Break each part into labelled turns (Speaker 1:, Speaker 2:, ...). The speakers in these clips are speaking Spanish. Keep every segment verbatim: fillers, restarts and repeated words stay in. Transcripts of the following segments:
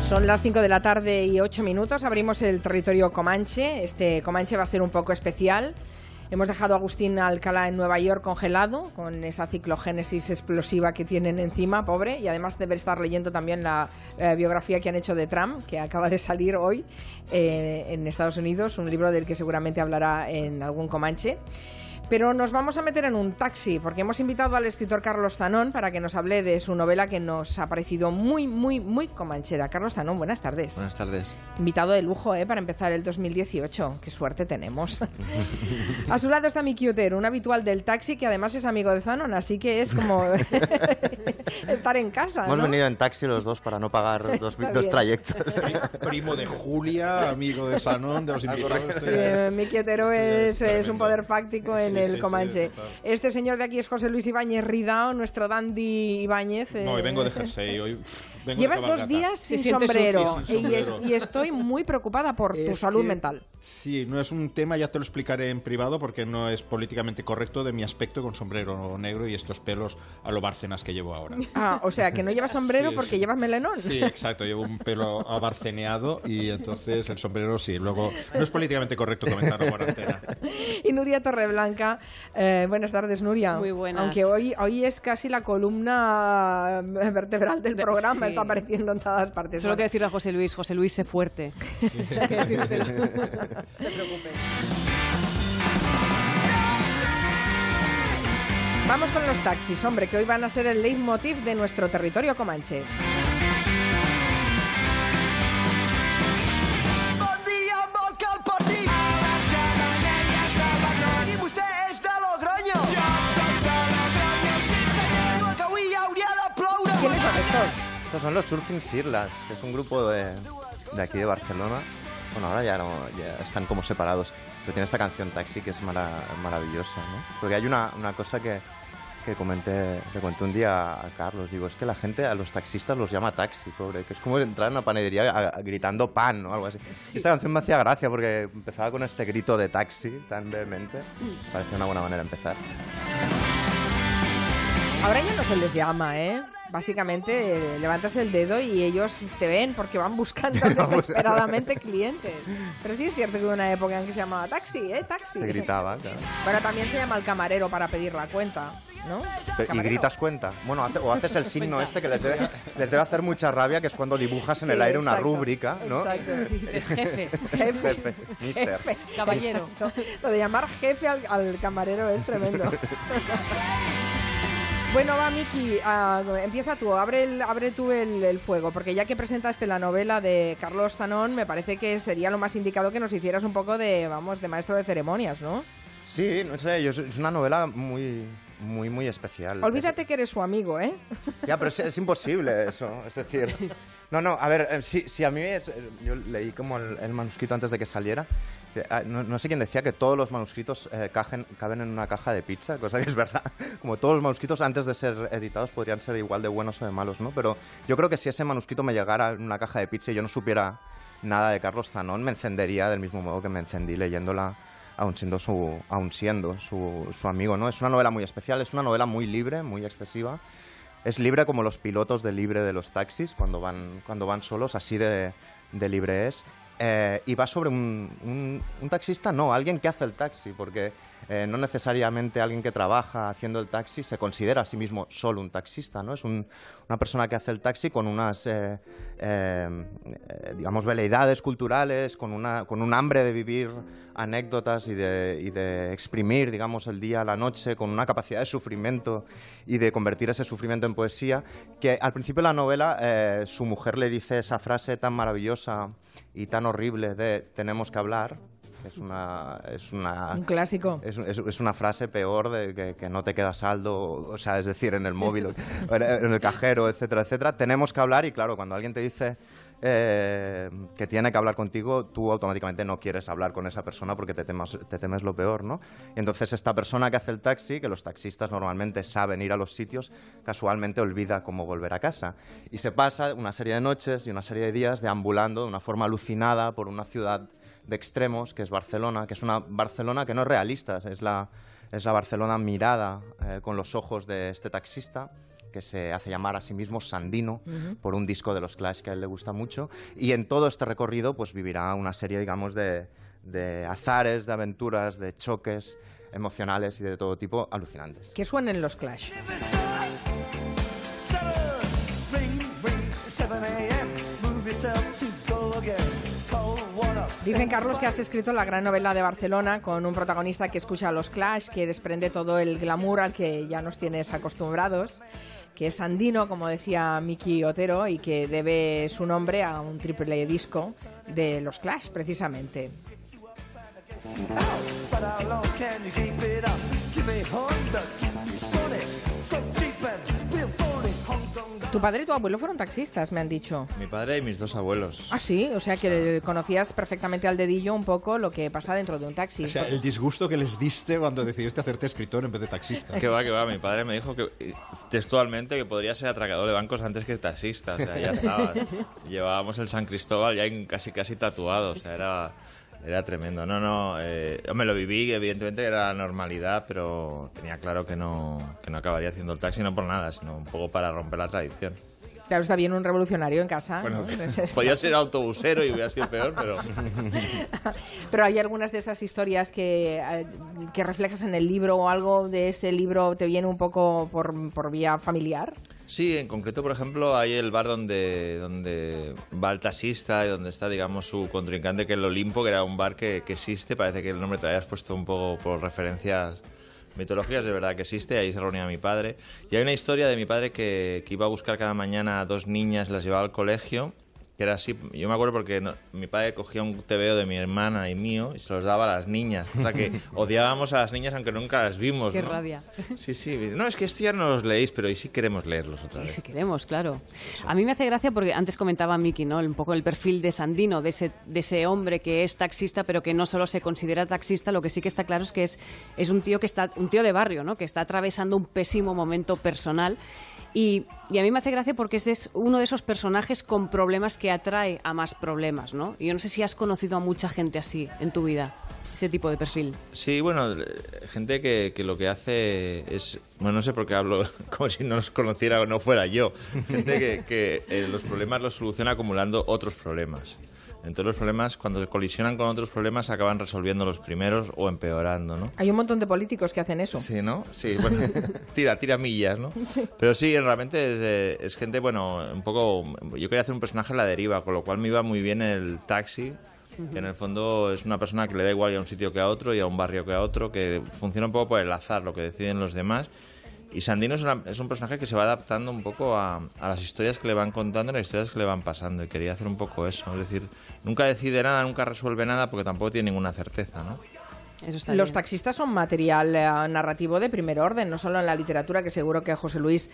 Speaker 1: Son las cinco de la tarde y ocho minutos. Abrimos el territorio Comanche. Este Comanche va a ser un poco especial. Hemos dejado a Agustín Alcalá en Nueva York congelado, con esa ciclogénesis explosiva que tienen encima, pobre. Y además debe estar leyendo también la eh, biografía que han hecho de Trump, que acaba de salir hoy eh, en Estados Unidos. Un libro del que seguramente hablará en algún Comanche. Pero nos vamos a meter en un taxi, porque hemos invitado al escritor Carlos Zanón para que nos hable de su novela que nos ha parecido muy, muy, muy comanchera. Carlos Zanón, buenas tardes.
Speaker 2: Buenas tardes.
Speaker 1: Invitado de lujo, ¿eh? Para empezar el dos mil dieciocho. Qué suerte tenemos. A su lado está Miki Otero, un habitual del taxi que además es amigo de Zanón, así que es como estar en casa,
Speaker 2: Hemos
Speaker 1: ¿no?
Speaker 2: venido en taxi los dos para no pagar dos, dos trayectos.
Speaker 3: Primo de Julia, amigo de Zanón, de los invitados.
Speaker 1: Eh, Miki Otero es, es, es un poder fáctico en
Speaker 3: Sí,
Speaker 1: el
Speaker 3: sí,
Speaker 1: Comanche.
Speaker 3: sí,
Speaker 1: este señor de aquí es José Luis Ibáñez Ridao, nuestro dandy Ibáñez. Eh...
Speaker 3: No, hoy vengo de jersey. Hoy vengo
Speaker 1: Llevas
Speaker 3: de
Speaker 1: dos días sin sombrero, sí, sin sombrero. Y, es, y estoy muy preocupada por es tu salud
Speaker 3: que,
Speaker 1: mental.
Speaker 3: Sí, no es un tema, ya te lo explicaré en privado porque no es políticamente correcto de mi aspecto con sombrero negro y estos pelos a lo Bárcenas que llevo ahora.
Speaker 1: Ah, o sea, que no llevas sombrero sí, porque sí. llevas melenón.
Speaker 3: Sí, exacto, llevo un pelo abarceneado y entonces el sombrero sí. Luego, no es políticamente correcto comentarlo por antena.
Speaker 1: Y Nuria Torreblanca, eh, buenas tardes, Nuria.
Speaker 4: Muy buenas.
Speaker 1: Aunque hoy, hoy es casi la columna vertebral del programa, sí. Está apareciendo en todas partes.
Speaker 4: Solo que decirle a José Luis, José Luis, sé fuerte. Sí. Hay que decírtelo. No te preocupes.
Speaker 1: Vamos con los taxis, hombre, que hoy van a ser el leitmotiv de nuestro territorio comanche. ¿Quiénes son estos?
Speaker 2: Estos son los Surfing Sirlas, que es un grupo de, de aquí de Barcelona. Bueno, ahora ya no, ya están como separados, pero tiene esta canción Taxi que es mara, maravillosa, ¿no? Porque hay una, una cosa que, que comenté, le conté un día a Carlos, digo, es que la gente a los taxistas los llama taxi, pobre, que es como entrar en una panadería a, a, gritando pan o algo así. Sí. Esta canción me hacía gracia porque empezaba con este grito de taxi tan vehemente, parecía una buena manera de empezar.
Speaker 1: Ahora ya no se les llama, ¿eh? Básicamente eh, levantas el dedo y ellos te ven porque van buscando desesperadamente clientes. Pero sí es cierto que hubo una época en que se llamaba taxi, ¿eh? Taxi.
Speaker 2: Se gritaba, claro.
Speaker 1: Bueno, también se llama el camarero para pedir la cuenta, ¿no?
Speaker 2: ¿Y gritas cuenta? Bueno, hace, o haces el signo este que les debe, les debe hacer mucha rabia, que es cuando dibujas en sí, el aire exacto, una rúbrica, ¿no?
Speaker 1: Exacto.
Speaker 4: Es jefe.
Speaker 1: Jefe.
Speaker 2: Jefe. Mister.
Speaker 1: Jefe.
Speaker 4: Caballero.
Speaker 1: Exacto. Lo de llamar jefe al, al camarero es tremendo. Bueno, va, Miki, uh, empieza tú, abre, el, abre tú el, el fuego, porque ya que presentaste la novela de Carlos Zanón, me parece que sería lo más indicado que nos hicieras un poco de, vamos, de maestro de ceremonias, ¿no?
Speaker 2: Sí, no sé, yo, es una novela muy, muy, muy especial.
Speaker 1: Olvídate es... que eres su amigo, ¿eh?
Speaker 2: Ya, pero es, es imposible eso, es decir... No, no, a ver, si, si a mí es... Yo leí como el, el manuscrito antes de que saliera. No, no sé quién decía que todos los manuscritos eh, cajen, caben en una caja de pizza, cosa que es verdad. Como todos los manuscritos antes de ser editados podrían ser igual de buenos o de malos, ¿no? Pero yo creo que si ese manuscrito me llegara en una caja de pizza y yo no supiera nada de Carlos Zanón, me encendería del mismo modo que me encendí leyéndola, aun siendo su, aun siendo su, su amigo, ¿no? Es una novela muy especial, es una novela muy libre, muy excesiva. Es libre como los pilotos de libre de los taxis cuando van, cuando van solos, así de, de libre es. Eh, y va sobre un, un, un taxista, no, alguien que hace el taxi, porque eh, no necesariamente alguien que trabaja haciendo el taxi se considera a sí mismo solo un taxista, ¿no? Es un, una persona que hace el taxi con unas, eh, eh, digamos, veleidades culturales, con, una, con un hambre de vivir anécdotas y de, y de exprimir, digamos, el día a la noche, con una capacidad de sufrimiento y de convertir ese sufrimiento en poesía, que al principio de la novela eh, su mujer le dice esa frase tan maravillosa y tan horrible de tenemos que hablar. Es una, es una...
Speaker 1: Un clásico.
Speaker 2: Es, es, es una frase peor de que, que no te queda saldo, o sea, es decir, en el móvil, en el cajero, etcétera, etcétera. Tenemos que hablar y, claro, cuando alguien te dice eh, que tiene que hablar contigo, tú automáticamente no quieres hablar con esa persona porque te temes, te temes lo peor, ¿no? Y entonces esta persona que hace el taxi, que los taxistas normalmente saben ir a los sitios, casualmente olvida cómo volver a casa. Y se pasa una serie de noches y una serie de días deambulando de una forma alucinada por una ciudad de extremos, que es Barcelona, que es una Barcelona que no es realista, es la, es la Barcelona mirada eh, con los ojos de este taxista, que se hace llamar a sí mismo Sandino, uh-huh. por un disco de los Clash que a él le gusta mucho, y en todo este recorrido pues vivirá una serie, digamos, de, de azares, de aventuras, de choques emocionales y de todo tipo alucinantes.
Speaker 1: Que suenen los Clash. Dicen, Carlos, que has escrito la gran novela de Barcelona con un protagonista que escucha a los Clash, que desprende todo el glamour al que ya nos tienes acostumbrados, que es Sandino, como decía Miki Otero, y que debe su nombre a un triple disco de los Clash, precisamente. Tu padre y tu abuelo fueron taxistas, me han dicho.
Speaker 5: Mi padre y mis dos abuelos.
Speaker 1: Ah, sí, o sea que conocías perfectamente al dedillo un poco lo que pasa dentro de un taxi.
Speaker 3: O sea, el disgusto que les diste cuando decidiste hacerte escritor en vez de taxista.
Speaker 5: Que va, que va. Mi padre me dijo que textualmente que podría ser atracador de bancos antes que taxista. O sea, ya estaba. Llevábamos el San Cristóbal ya casi casi tatuado. O sea, era... Era tremendo. No, no, eh, me lo viví, evidentemente era la normalidad, pero tenía claro que no, que no acabaría haciendo el taxi, no por nada, sino un poco para romper la tradición.
Speaker 1: Claro, está bien un revolucionario en casa.
Speaker 5: Bueno,
Speaker 1: ¿no?
Speaker 5: Podía ser autobusero y hubiera sido peor, pero...
Speaker 1: Pero hay algunas de esas historias que, que reflejas en el libro, o algo de ese libro te viene un poco por, por vía familiar.
Speaker 5: Sí, en concreto, por ejemplo, hay el bar donde, donde va el taxista y donde está, digamos, su contrincante, que es el Olimpo, que era un bar que, que existe. Parece que el nombre te lo hayas puesto un poco por referencias mitológicas, de verdad que existe. Ahí se reunía mi padre. Y hay una historia de mi padre que, que iba a buscar cada mañana a dos niñas, las llevaba al colegio, que era así. Yo me acuerdo porque no, mi padre cogía un tebeo de mi hermana y mío y se los daba a las niñas. O sea que odiábamos a las niñas aunque nunca las vimos.
Speaker 4: Qué
Speaker 5: ¿no?
Speaker 4: rabia.
Speaker 5: Sí, sí. No, es que estos ya no los leéis, pero hoy sí queremos leerlos otra vez.
Speaker 4: Y si queremos, claro. Eso. A mí me hace gracia porque antes comentaba Miki, ¿no? Un poco el perfil de Sandino, de ese, de ese hombre que es taxista, pero que no solo se considera taxista. Lo que sí que está claro es que es, es un tío que está, un tío de barrio, ¿no? Que está atravesando un pésimo momento personal. Y, y a mí me hace gracia porque este es uno de esos personajes con problemas que atrae a más problemas, ¿no? Y yo no sé si has conocido a mucha gente así en tu vida, ese tipo de perfil.
Speaker 5: Sí, bueno, gente que, que lo que hace es... Bueno, no sé por qué hablo como si no los conociera o no fuera yo. Gente que, que eh, los problemas los soluciona acumulando otros problemas. Entonces los problemas, cuando colisionan con otros problemas, acaban resolviendo los primeros o empeorando, ¿no?
Speaker 1: Hay un montón de políticos que hacen eso.
Speaker 5: Sí, ¿no? Sí, bueno, tira, tira millas, ¿no? Pero sí, realmente es, es gente, bueno, un poco... Yo quería hacer un personaje a la deriva, con lo cual me iba muy bien el taxi, que en el fondo es una persona que le da igual ir a un sitio que a otro y a un barrio que a otro, que funciona un poco por el azar, lo que deciden los demás. Y Sandino es, una, es un personaje que se va adaptando un poco a, a las historias que le van contando y las historias que le van pasando. Y quería hacer un poco eso. Es decir, nunca decide nada, nunca resuelve nada porque tampoco tiene ninguna certeza, ¿no?
Speaker 4: Eso está
Speaker 1: Los
Speaker 4: bien.
Speaker 1: taxistas son material eh, narrativo de primer orden, no solo en la literatura, que seguro que José Luis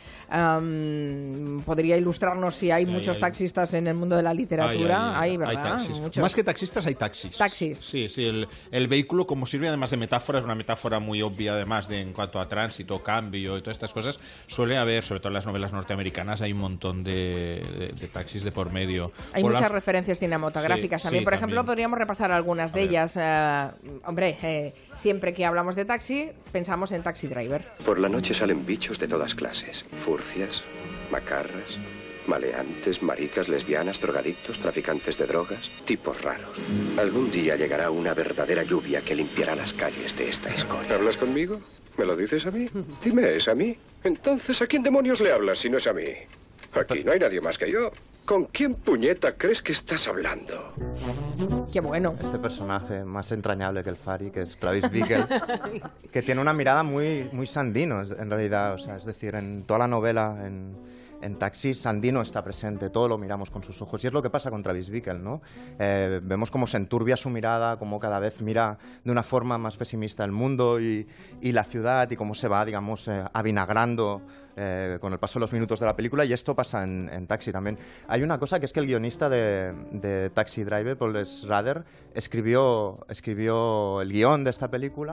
Speaker 1: um, podría ilustrarnos si hay, hay muchos hay. taxistas en el mundo de la literatura. Hay, hay, hay, ¿verdad?
Speaker 3: Hay taxis.
Speaker 1: Muchos.
Speaker 3: Más que taxistas, hay taxis.
Speaker 1: Taxis.
Speaker 3: Sí, sí. El, el vehículo, como sirve además de metáfora, es una metáfora muy obvia, además de en cuanto a tránsito, cambio y todas estas cosas. Suele haber, sobre todo en las novelas norteamericanas, hay un montón de, de, de taxis de por medio.
Speaker 1: Hay
Speaker 3: o
Speaker 1: muchas
Speaker 3: las...
Speaker 1: referencias cinematográficas
Speaker 3: sí,
Speaker 1: también.
Speaker 3: sí,
Speaker 1: por ejemplo,
Speaker 3: también.
Speaker 1: podríamos repasar algunas de
Speaker 3: a
Speaker 1: ellas. Uh, hombre, eh, siempre que hablamos de taxi, pensamos en Taxi Driver.
Speaker 6: Por la noche salen bichos de todas clases. Furcias, macarras, maleantes, maricas, lesbianas, drogadictos, traficantes de drogas, tipos raros. Algún día llegará una verdadera lluvia que limpiará las calles de esta escoria. ¿Hablas conmigo? ¿Me lo dices a mí? Dime, ¿es a mí? Entonces, ¿a quién demonios le hablas si no es a mí? Aquí no hay nadie más que yo. ¿Con quién puñeta crees que estás hablando?
Speaker 1: Qué bueno.
Speaker 2: Este personaje más entrañable que el Fari, que es Travis Bickle, que tiene una mirada muy, muy Sandino, en realidad. O sea, es decir, en toda la novela, en, en Taxi, Sandino está presente, todo lo miramos con sus ojos. Y es lo que pasa con Travis Bickle, ¿no? Eh, vemos cómo se enturbia su mirada, cómo cada vez mira de una forma más pesimista el mundo y, y la ciudad, y cómo se va, digamos, eh, avinagrando Eh, con el paso de los minutos de la película, y esto pasa en, en Taxi también. Hay una cosa que es que el guionista de, de Taxi Driver, Paul Schrader, escribió, escribió el guión de esta película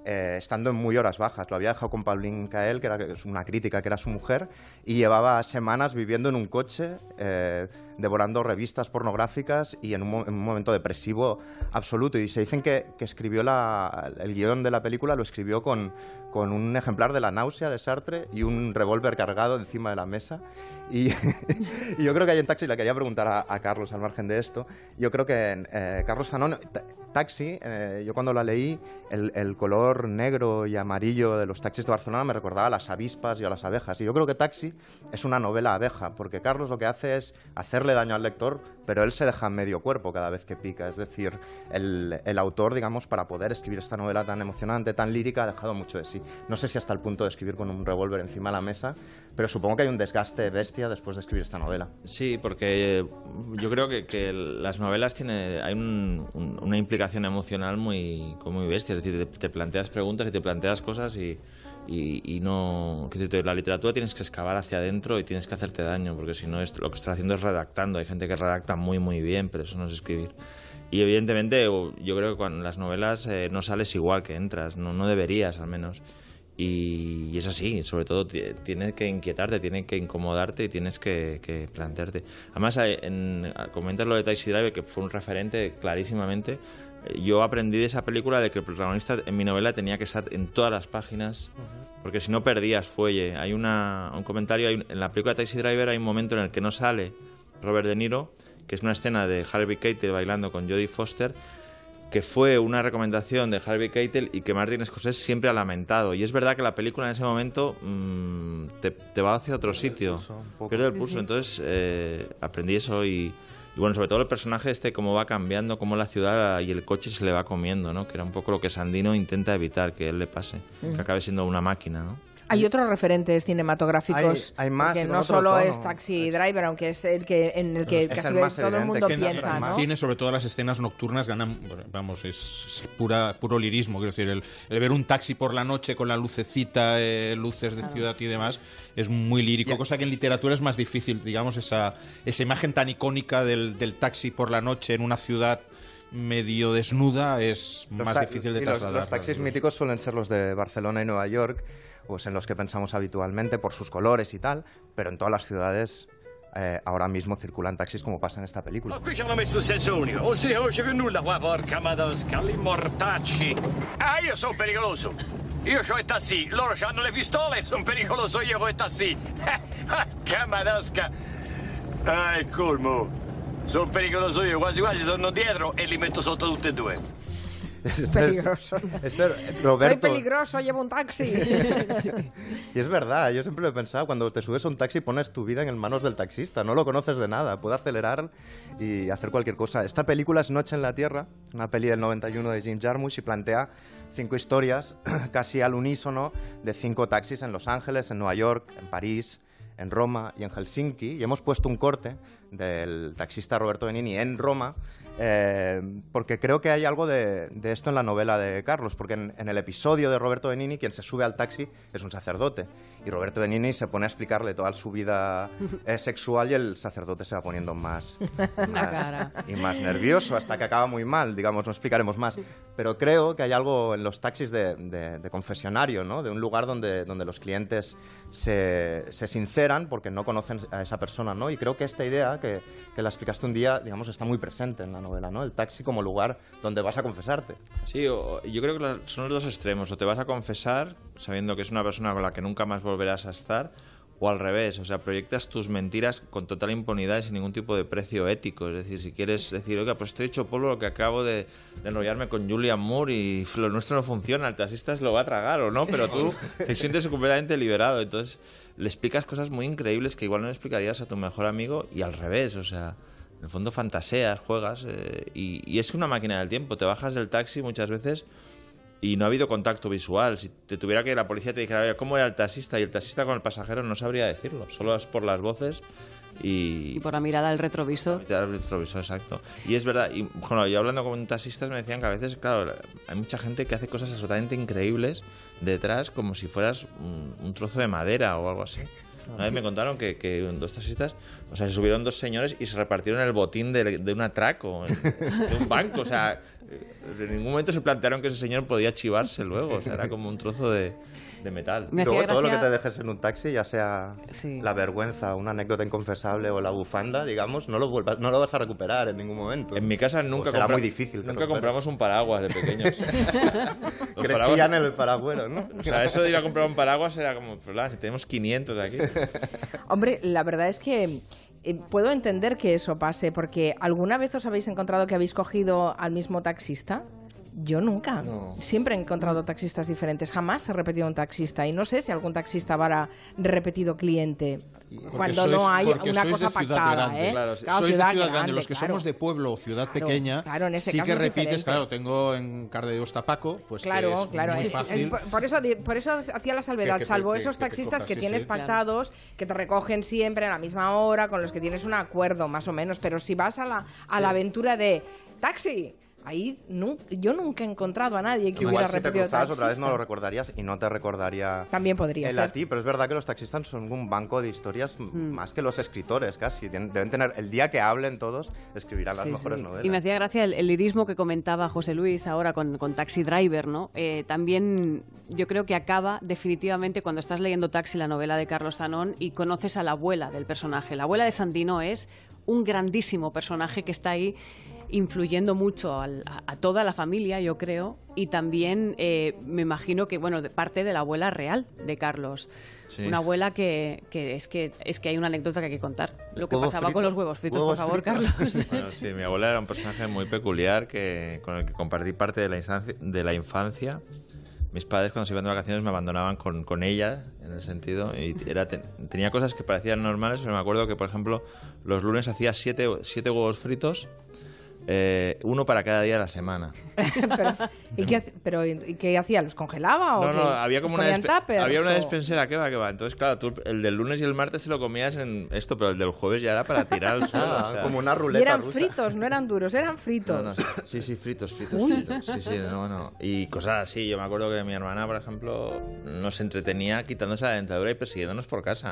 Speaker 2: eh, estando en muy horas bajas. Lo había dejado con Pauline Kael, que era una crítica, que era su mujer, y llevaba semanas viviendo en un coche, eh, devorando revistas pornográficas y en un, en un momento depresivo absoluto. Y se dicen que, que escribió la, el guión de la película, lo escribió con, con un ejemplar de La náusea de Sartre y un revólver cargado encima de la mesa. Y, y yo creo que ahí en Taxi, le quería preguntar a, a Carlos, al margen de esto, yo creo que eh, Carlos Zanón, Taxi, eh, yo cuando la leí, el, el color negro y amarillo de los taxis de Barcelona me recordaba a las avispas y a las abejas. Y yo creo que Taxi es una novela abeja, porque Carlos lo que hace es hacerle daño al lector, pero él se deja medio cuerpo cada vez que pica. Es decir, el, el autor, digamos, para poder escribir esta novela tan emocionante, tan lírica, ha dejado mucho de sí. No sé si hasta el punto de escribir con un revólver encima de la mesa, pero supongo que hay un desgaste bestia después de escribir esta novela.
Speaker 5: Sí, porque yo creo que, que las novelas tienen, hay un, un, una implicación emocional muy, muy bestia. Es decir, te, te planteas preguntas y te planteas cosas y, y, y no... Que te, la literatura tienes que excavar hacia adentro y tienes que hacerte daño, porque si no es, lo que estás haciendo es redactando. Hay gente que redacta muy, muy bien, pero eso no es escribir. Y evidentemente yo creo que con las novelas eh, no sales igual que entras, no, no deberías al menos. Y, y es así, sobre todo tiene que inquietarte, tiene que incomodarte y tienes que, que plantearte. Además, en, comentas lo de Taxi Driver, que fue un referente clarísimamente. Yo aprendí de esa película de que el protagonista en mi novela tenía que estar en todas las páginas, porque si no perdías fuelle. Hay una, un comentario, hay, en la película de Taxi Driver hay un momento en el que no sale Robert De Niro, que es una escena de Harvey Keitel bailando con Jodie Foster, que fue una recomendación de Harvey Keitel y que Martin Scorsese siempre ha lamentado. Y es verdad que la película en ese momento mmm, te, te va hacia otro sitio, pierde el pulso. Entonces eh, aprendí eso y, y bueno, sobre todo el personaje este, cómo va cambiando, cómo la ciudad y el coche se le va comiendo, ¿no? Que era un poco lo que Sandino intenta evitar que él le pase, mm. que acabe siendo una máquina, ¿no?
Speaker 1: Hay otros referentes cinematográficos,
Speaker 2: hay, hay más,
Speaker 1: que no solo tono. Es Taxi Driver, aunque es el que en el que
Speaker 2: es
Speaker 1: casi
Speaker 2: el
Speaker 1: todo el mundo
Speaker 3: que
Speaker 1: piensa, ¿no?
Speaker 3: En cine, sobre todo las escenas nocturnas, ganan, vamos, es, es pura, puro lirismo. Quiero decir, el, el ver un taxi por la noche con la lucecita, eh, luces de claro. ciudad y demás, es muy lírico, yeah. cosa que en literatura es más difícil, digamos, esa, esa imagen tan icónica del, del taxi por la noche en una ciudad medio desnuda es
Speaker 2: los
Speaker 3: más difícil de trasladar.
Speaker 2: Los, los taxis míticos suelen ser los de Barcelona y Nueva York, pues en los que pensamos habitualmente por sus colores y tal, pero en todas las ciudades eh, ahora mismo circulan taxis como pasa en esta película.
Speaker 7: Ma qui ci hanno messo il senso unico, non si riconosce più nulla qua, porca madosca, li mortacci. Ah, io sono pericoloso. Io ho i tassi, loro hanno le pistole, sono pericoloso io con i tassi. Porca madosca. Ah, è colmo. Sono pericoloso io, quasi quasi sono dietro e li metto sotto tutti e due.
Speaker 2: Esto
Speaker 1: peligroso.
Speaker 2: Es, esto es, Roberto.
Speaker 1: Soy peligroso, llevo un taxi. Sí.
Speaker 2: Y es verdad, yo siempre lo he pensado, cuando te subes a un taxi pones tu vida en manos del taxista, no lo conoces de nada, puede acelerar y hacer cualquier cosa. Esta película es Noche en la Tierra, una peli del noventa y uno de Jim Jarmusch, y plantea cinco historias casi al unísono de cinco taxis en Los Ángeles, en Nueva York, en París, en Roma y en Helsinki, y hemos puesto un corte del taxista Roberto Benigni en Roma, eh, porque creo que hay algo de, de esto en la novela de Carlos, porque en, en el episodio de Roberto Benigni quien se sube al taxi es un sacerdote, y Roberto Benigni se pone a explicarle toda su vida eh, sexual y el sacerdote se va poniendo más, más y más nervioso, hasta que acaba muy mal, digamos, no explicaremos más, pero creo que hay algo en los taxis de, de, de confesionario, ¿no? De un lugar donde, donde los clientes se, se sinceran porque no conocen a esa persona, ¿no? Y creo que esta idea que, que la explicaste un día, digamos, está muy presente en la novela, ¿no? El taxi como lugar donde vas a confesarte.
Speaker 5: Sí, o, yo creo que son los dos extremos. O te vas a confesar sabiendo que es una persona con la que nunca más volverás a estar, o al revés, o sea, proyectas tus mentiras con total impunidad y sin ningún tipo de precio ético. Es decir, si quieres decir, oiga, pues estoy hecho polvo, lo que acabo de, de enrollarme con Julianne Moore y lo nuestro no funciona, el taxista se lo va a tragar o no, pero tú te sientes completamente liberado. Entonces le explicas cosas muy increíbles que igual no le explicarías a tu mejor amigo, y al revés, o sea, en el fondo fantaseas, juegas, eh, y, y es una máquina del tiempo. Te bajas del taxi muchas veces y no ha habido contacto visual. Si te tuviera que la policía te dijera, oye, ¿cómo era el taxista? Y el taxista con el pasajero no sabría decirlo, solo es por las voces y...
Speaker 4: Y por la mirada del retrovisor.
Speaker 5: La mirada del retrovisor, exacto. Y es verdad, y bueno, yo hablando con taxistas me decían que a veces, claro, hay mucha gente que hace cosas absolutamente increíbles detrás, como si fueras un, un trozo de madera o algo así. Una vez me contaron que, que dos taxistas, o sea, se subieron dos señores y se repartieron el botín de, de un atraco, de un banco. O sea, en ningún momento se plantearon que ese señor podía chivarse luego. O sea, era como un trozo de... de metal.
Speaker 2: Luego
Speaker 4: gracia...
Speaker 2: todo lo que te dejes en un taxi, ya sea
Speaker 4: sí.
Speaker 2: la vergüenza, una anécdota inconfesable o la bufanda, digamos, no lo vuelvas, no lo vas a recuperar en ningún momento.
Speaker 5: En mi casa nunca,
Speaker 2: o será
Speaker 5: compra...
Speaker 2: muy difícil que
Speaker 5: nunca compramos un paraguas de pequeños.
Speaker 2: Crecían en el paragüero, ¿no?
Speaker 5: O sea, eso de ir a comprar un paraguas era como, pues, si tenemos quinientos aquí.
Speaker 1: Hombre, la verdad es que eh, puedo entender que eso pase, porque ¿alguna vez os habéis encontrado que habéis cogido al mismo taxista? Yo nunca.
Speaker 5: No.
Speaker 1: Siempre he encontrado taxistas diferentes. Jamás he repetido un taxista. Y no sé si algún taxista habrá repetido cliente
Speaker 3: Porque
Speaker 1: cuando
Speaker 3: sois,
Speaker 1: no hay
Speaker 3: porque
Speaker 1: una
Speaker 3: sois
Speaker 1: cosa
Speaker 3: de ciudad
Speaker 1: pactada.
Speaker 3: grande,
Speaker 1: ¿eh?
Speaker 5: claro,
Speaker 3: sois de ciudad grande.
Speaker 1: grande,
Speaker 3: Los que
Speaker 1: claro.
Speaker 3: somos de pueblo o ciudad
Speaker 1: Claro,
Speaker 3: pequeña,
Speaker 1: claro, en ese
Speaker 3: sí
Speaker 1: caso
Speaker 3: que
Speaker 1: es
Speaker 3: repites.
Speaker 1: diferente.
Speaker 3: Claro, tengo en Cardedeu Tapaco, pues
Speaker 1: Claro,
Speaker 3: que es
Speaker 1: claro.
Speaker 3: muy
Speaker 1: eh,
Speaker 3: fácil.
Speaker 1: eh, por, por eso, por eso hacía la salvedad,
Speaker 3: Que- que te-
Speaker 1: salvo
Speaker 3: que-
Speaker 1: esos
Speaker 3: que te
Speaker 1: taxistas
Speaker 3: cojas,
Speaker 1: que
Speaker 3: sí,
Speaker 1: tienes
Speaker 3: sí.
Speaker 1: pactados, que te recogen siempre a la misma hora, con los que tienes un acuerdo, más o menos. Pero si vas a la, a la aventura de taxi, ahí nu- yo nunca he encontrado a nadie que
Speaker 2: Igual
Speaker 1: hubiera
Speaker 2: si te
Speaker 1: repetido
Speaker 2: cruzabas otra vez
Speaker 1: taxista.
Speaker 2: no lo recordarías y no te recordaría
Speaker 1: También podría
Speaker 2: él
Speaker 1: ser.
Speaker 2: a ti, pero es verdad que los taxistas son un banco de historias m-
Speaker 1: Mm.
Speaker 2: más que los escritores casi. Tien- Deben tener, el día que hablen todos, escribirán las
Speaker 1: Sí,
Speaker 2: mejores
Speaker 1: sí.
Speaker 2: novelas.
Speaker 4: Y me hacía gracia el, el lirismo que comentaba José Luis ahora con, con Taxi Driver, ¿no? Eh, también yo creo que acaba definitivamente cuando estás leyendo Taxi, la novela de Carlos Zanón, y conoces a la abuela del personaje. La abuela de Sandino es un grandísimo personaje que está ahí influyendo mucho al- a, a toda la familia, yo creo, y también eh, me imagino que, bueno, de parte de la abuela real de Carlos.
Speaker 5: Sí.
Speaker 4: Una abuela que, que, es que es que hay una anécdota que hay que contar. Lo que
Speaker 2: Huevos
Speaker 4: pasaba con
Speaker 2: fritos.
Speaker 4: los huevos fritos,
Speaker 2: Huevos
Speaker 4: por favor,
Speaker 2: fritos.
Speaker 4: Carlos.
Speaker 5: Bueno, sí, mi abuela era un personaje muy peculiar que, con el que compartí parte de la, instancia- de la infancia. Mis padres cuando se iban de vacaciones me abandonaban con, con ella, en el sentido, y era, te- tenía cosas que parecían normales, pero me acuerdo que, por ejemplo, los lunes hacía siete, siete huevos fritos, eh, uno para cada día de la semana.
Speaker 1: pero, ¿y qué, hace- pero, ¿y qué hacía? ¿Los congelaba?
Speaker 5: No,
Speaker 1: o
Speaker 5: no,
Speaker 1: qué?
Speaker 5: había como
Speaker 1: ¿Los
Speaker 5: una,
Speaker 1: ponía en
Speaker 5: despe-
Speaker 1: tuppers
Speaker 5: había una
Speaker 1: o-
Speaker 5: despensera, que va, que va. Entonces, claro, tú el del lunes y el martes te lo comías en esto, pero el del jueves ya era para tirar al suelo.
Speaker 2: Ah,
Speaker 5: o sea.
Speaker 2: como una
Speaker 1: Y
Speaker 2: ruleta
Speaker 1: eran
Speaker 2: rusa.
Speaker 1: fritos, no eran duros, eran fritos.
Speaker 5: No, no, sí, sí, fritos, fritos, fritos. Sí, sí, no, no. Y cosas así. Yo me acuerdo que mi hermana, por ejemplo, nos entretenía quitándose la dentadura y persiguiéndonos por casa.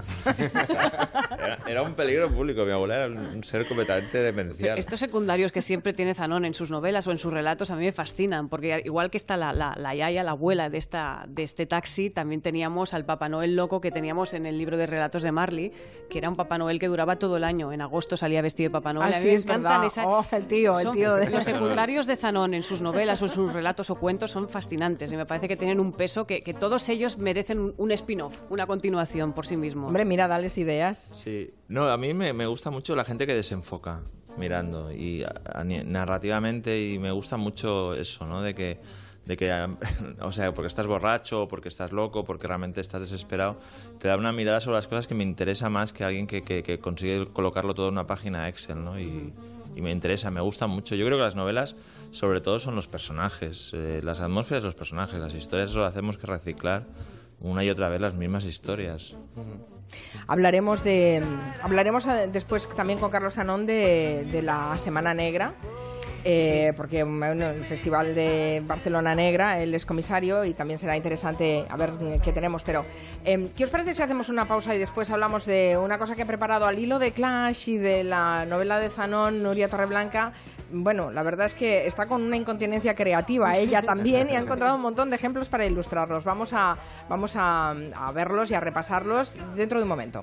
Speaker 5: Era, era un peligro público. Mi abuela era un ser completamente demencial.
Speaker 4: Estos secundarios que siempre tiene Zanón en sus novelas o en sus relatos a mí me fascinan, porque igual que está la, la, la yaya, la abuela de, esta, de este taxi, también teníamos al Papá Noel loco que teníamos en el libro de relatos de Marley, que era un Papá Noel que duraba todo el año. En agosto salía vestido de Papá Noel.
Speaker 1: Ah,
Speaker 4: A mí
Speaker 1: sí,
Speaker 4: me
Speaker 1: es
Speaker 4: encantan
Speaker 1: verdad.
Speaker 4: esa-
Speaker 1: Oh, el tío, el
Speaker 4: son-
Speaker 1: tío de-
Speaker 4: Los secundarios de Zanón en sus novelas o en sus relatos o cuentos son fascinantes y me parece que tienen un peso que, que todos ellos merecen un, un spin-off, una continuación por sí mismos.
Speaker 1: Hombre, mira, dales ideas.
Speaker 5: Sí. No, a mí me, me gusta mucho la gente que desenfoca mirando y a- a- narrativamente, y me gusta mucho eso, ¿no? De que de que, o sea, porque estás borracho, porque estás loco, porque realmente estás desesperado, te da una mirada sobre las cosas que me interesa más que alguien que, que, que consigue colocarlo todo en una página Excel, ¿no? Y, y me interesa, me gusta mucho. Yo creo que las novelas, sobre todo, son los personajes, eh, las atmósferas de los personajes, las historias solo hacemos que reciclar una y otra vez las mismas historias.
Speaker 1: Hablaremos de hablaremos eh, después también con Carlos Zanón de, de la Semana Negra. Eh, porque bueno, el Festival de Barcelona Negra, él es comisario y también será interesante a ver eh, qué tenemos. Pero, eh, ¿qué os parece si hacemos una pausa y después hablamos de una cosa que he preparado al hilo de Clash y de la novela de Zanón, Nuria Torreblanca? Bueno, la verdad es que está con una incontinencia creativa ella también y ha encontrado un montón de ejemplos para ilustrarlos. Vamos a, vamos a, a verlos y a repasarlos dentro de un momento.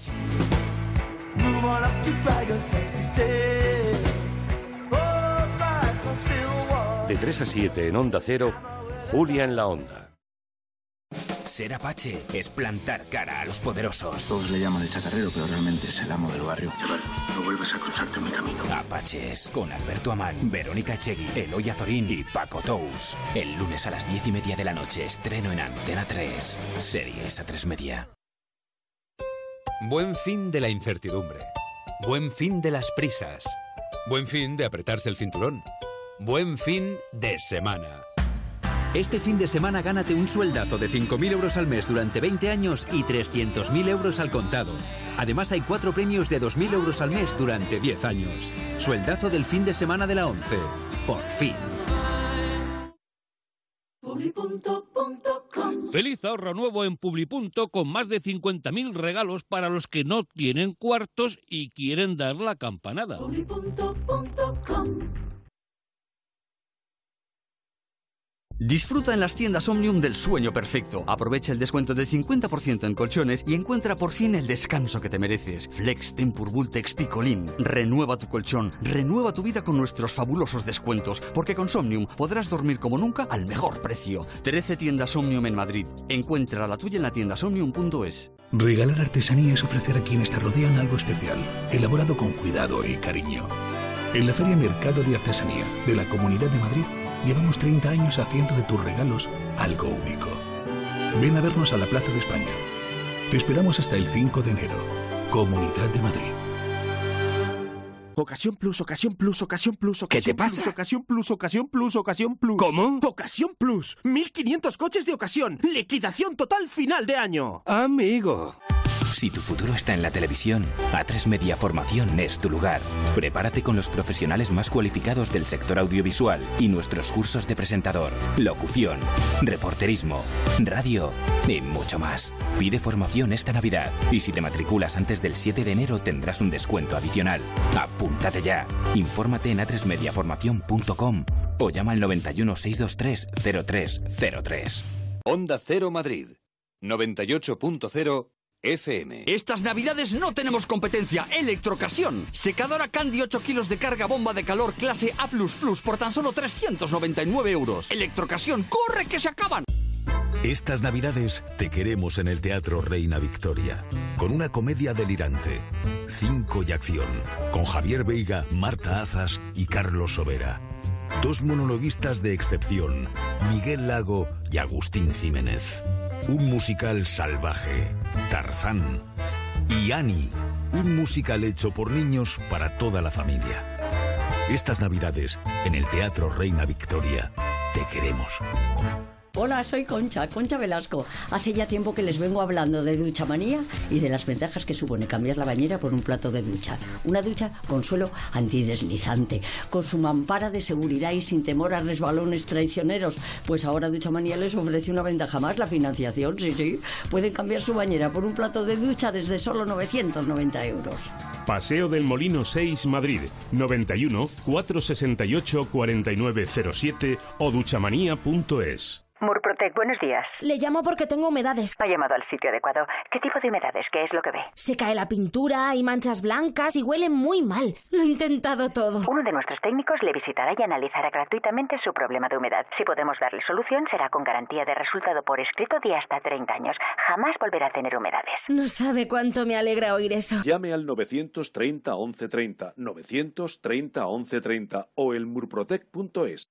Speaker 8: De tres a siete en Onda Cero, Julia en la Onda.
Speaker 9: Ser Apache es plantar cara a los poderosos.
Speaker 10: Todos le llaman el chatarrero, pero realmente es el amo del barrio. Chaval, no vuelvas a cruzarte en mi camino.
Speaker 9: Apaches, con Alberto Amán, Verónica Echegui, Eloy Azorín y Paco Tous. El lunes a las diez y media de la noche estreno en Antena tres. Series A tres Media.
Speaker 11: Buen fin de la incertidumbre. Buen fin de las prisas. Buen fin de apretarse el cinturón. Buen fin de semana.
Speaker 12: Este fin de semana gánate un sueldazo de cinco mil euros al mes durante veinte años y trescientos mil euros al contado. Además hay cuatro premios de dos mil euros al mes durante diez años. Sueldazo del fin de semana de la ONCE. Por fin.
Speaker 13: Publi punto com Feliz ahorro nuevo en Publipunto con más de cincuenta mil regalos para los que no tienen cuartos y quieren dar la campanada.
Speaker 14: Publipunto punto com.
Speaker 15: Disfruta en las tiendas Omnium del sueño perfecto. Aprovecha el descuento del cincuenta por ciento en colchones y encuentra por fin el descanso que te mereces. Flex, Tempur, Vultex, Picolín. Renueva tu colchón, renueva tu vida con nuestros fabulosos descuentos, porque con Somnium podrás dormir como nunca al mejor precio. trece tiendas Omnium en Madrid. Encuentra la tuya en la tienda somnium punto es.
Speaker 10: Regalar artesanía es ofrecer a quienes te rodean algo especial, elaborado con cuidado y cariño. En la Feria Mercado de Artesanía de la Comunidad de Madrid llevamos treinta años haciendo de tus regalos algo único. Ven a vernos a la Plaza de España. Te esperamos hasta el cinco de enero. Comunidad de Madrid.
Speaker 16: Ocasión Plus, Ocasión Plus, Ocasión Plus, Ocasión
Speaker 17: ¿Qué te
Speaker 16: Plus,
Speaker 17: pasa?
Speaker 16: Ocasión Plus, Ocasión Plus, Ocasión Plus.
Speaker 17: ¿Cómo?
Speaker 16: Ocasión Plus. mil quinientos coches de ocasión. Liquidación total final de año.
Speaker 17: Amigo.
Speaker 9: Si tu futuro está en la televisión, A tres Media Formación es tu lugar. Prepárate con los profesionales más cualificados del sector audiovisual y nuestros cursos de presentador, locución, reporterismo, radio y mucho más. Pide formación esta Navidad y si te matriculas antes del siete de enero tendrás un descuento adicional. Apúntate ya. Infórmate en a tres media formación punto com o llama al noventa y uno, seiscientos veintitrés, cero tres cero tres.
Speaker 18: Onda Cero Madrid, noventa y ocho punto cero F M.
Speaker 15: Estas navidades no tenemos competencia. Electrocasión. Secadora Candy ocho kilos de carga bomba de calor clase A plus plus por tan solo trescientos noventa y nueve euros. Electrocasión. ¡Corre que se acaban!
Speaker 19: Estas navidades te queremos en el Teatro Reina Victoria, con una comedia delirante, cinco y acción, con Javier Veiga, Marta Azas y Carlos Sobera. Dos monologuistas de excepción, Miguel Lago y Agustín Jiménez. Un musical salvaje, Tarzán. Y Annie, un musical hecho por niños para toda la familia. Estas navidades, en el Teatro Reina Victoria, te queremos.
Speaker 20: Hola, soy Concha, Concha Velasco. Hace ya tiempo que les vengo hablando de Duchamanía y de las ventajas que supone cambiar la bañera por un plato de ducha. Una ducha con suelo antideslizante, con su mampara de seguridad y sin temor a resbalones traicioneros. Pues ahora Duchamanía les ofrece una ventaja más, la financiación, sí, sí. Pueden cambiar su bañera por un plato de ducha desde solo novecientos noventa euros.
Speaker 21: Paseo del Molino seis, Madrid, noventa y uno, cuatrocientos sesenta y ocho, cuarenta y nueve cero siete o duchamanía punto es.
Speaker 22: Murprotec, buenos días.
Speaker 23: Le llamo porque tengo humedades.
Speaker 22: Ha llamado al sitio adecuado. ¿Qué tipo de humedades? ¿Qué es lo que ve?
Speaker 23: Se cae la pintura, hay manchas blancas y huele muy mal. Lo he intentado todo.
Speaker 22: Uno de nuestros técnicos le visitará y analizará gratuitamente su problema de humedad. Si podemos darle solución, será con garantía de resultado por escrito de hasta treinta años. Jamás volverá a tener humedades.
Speaker 23: No sabe cuánto me alegra oír eso.
Speaker 24: Llame al novecientos treinta, once treinta, novecientos treinta, once treinta o el murprotec punto es.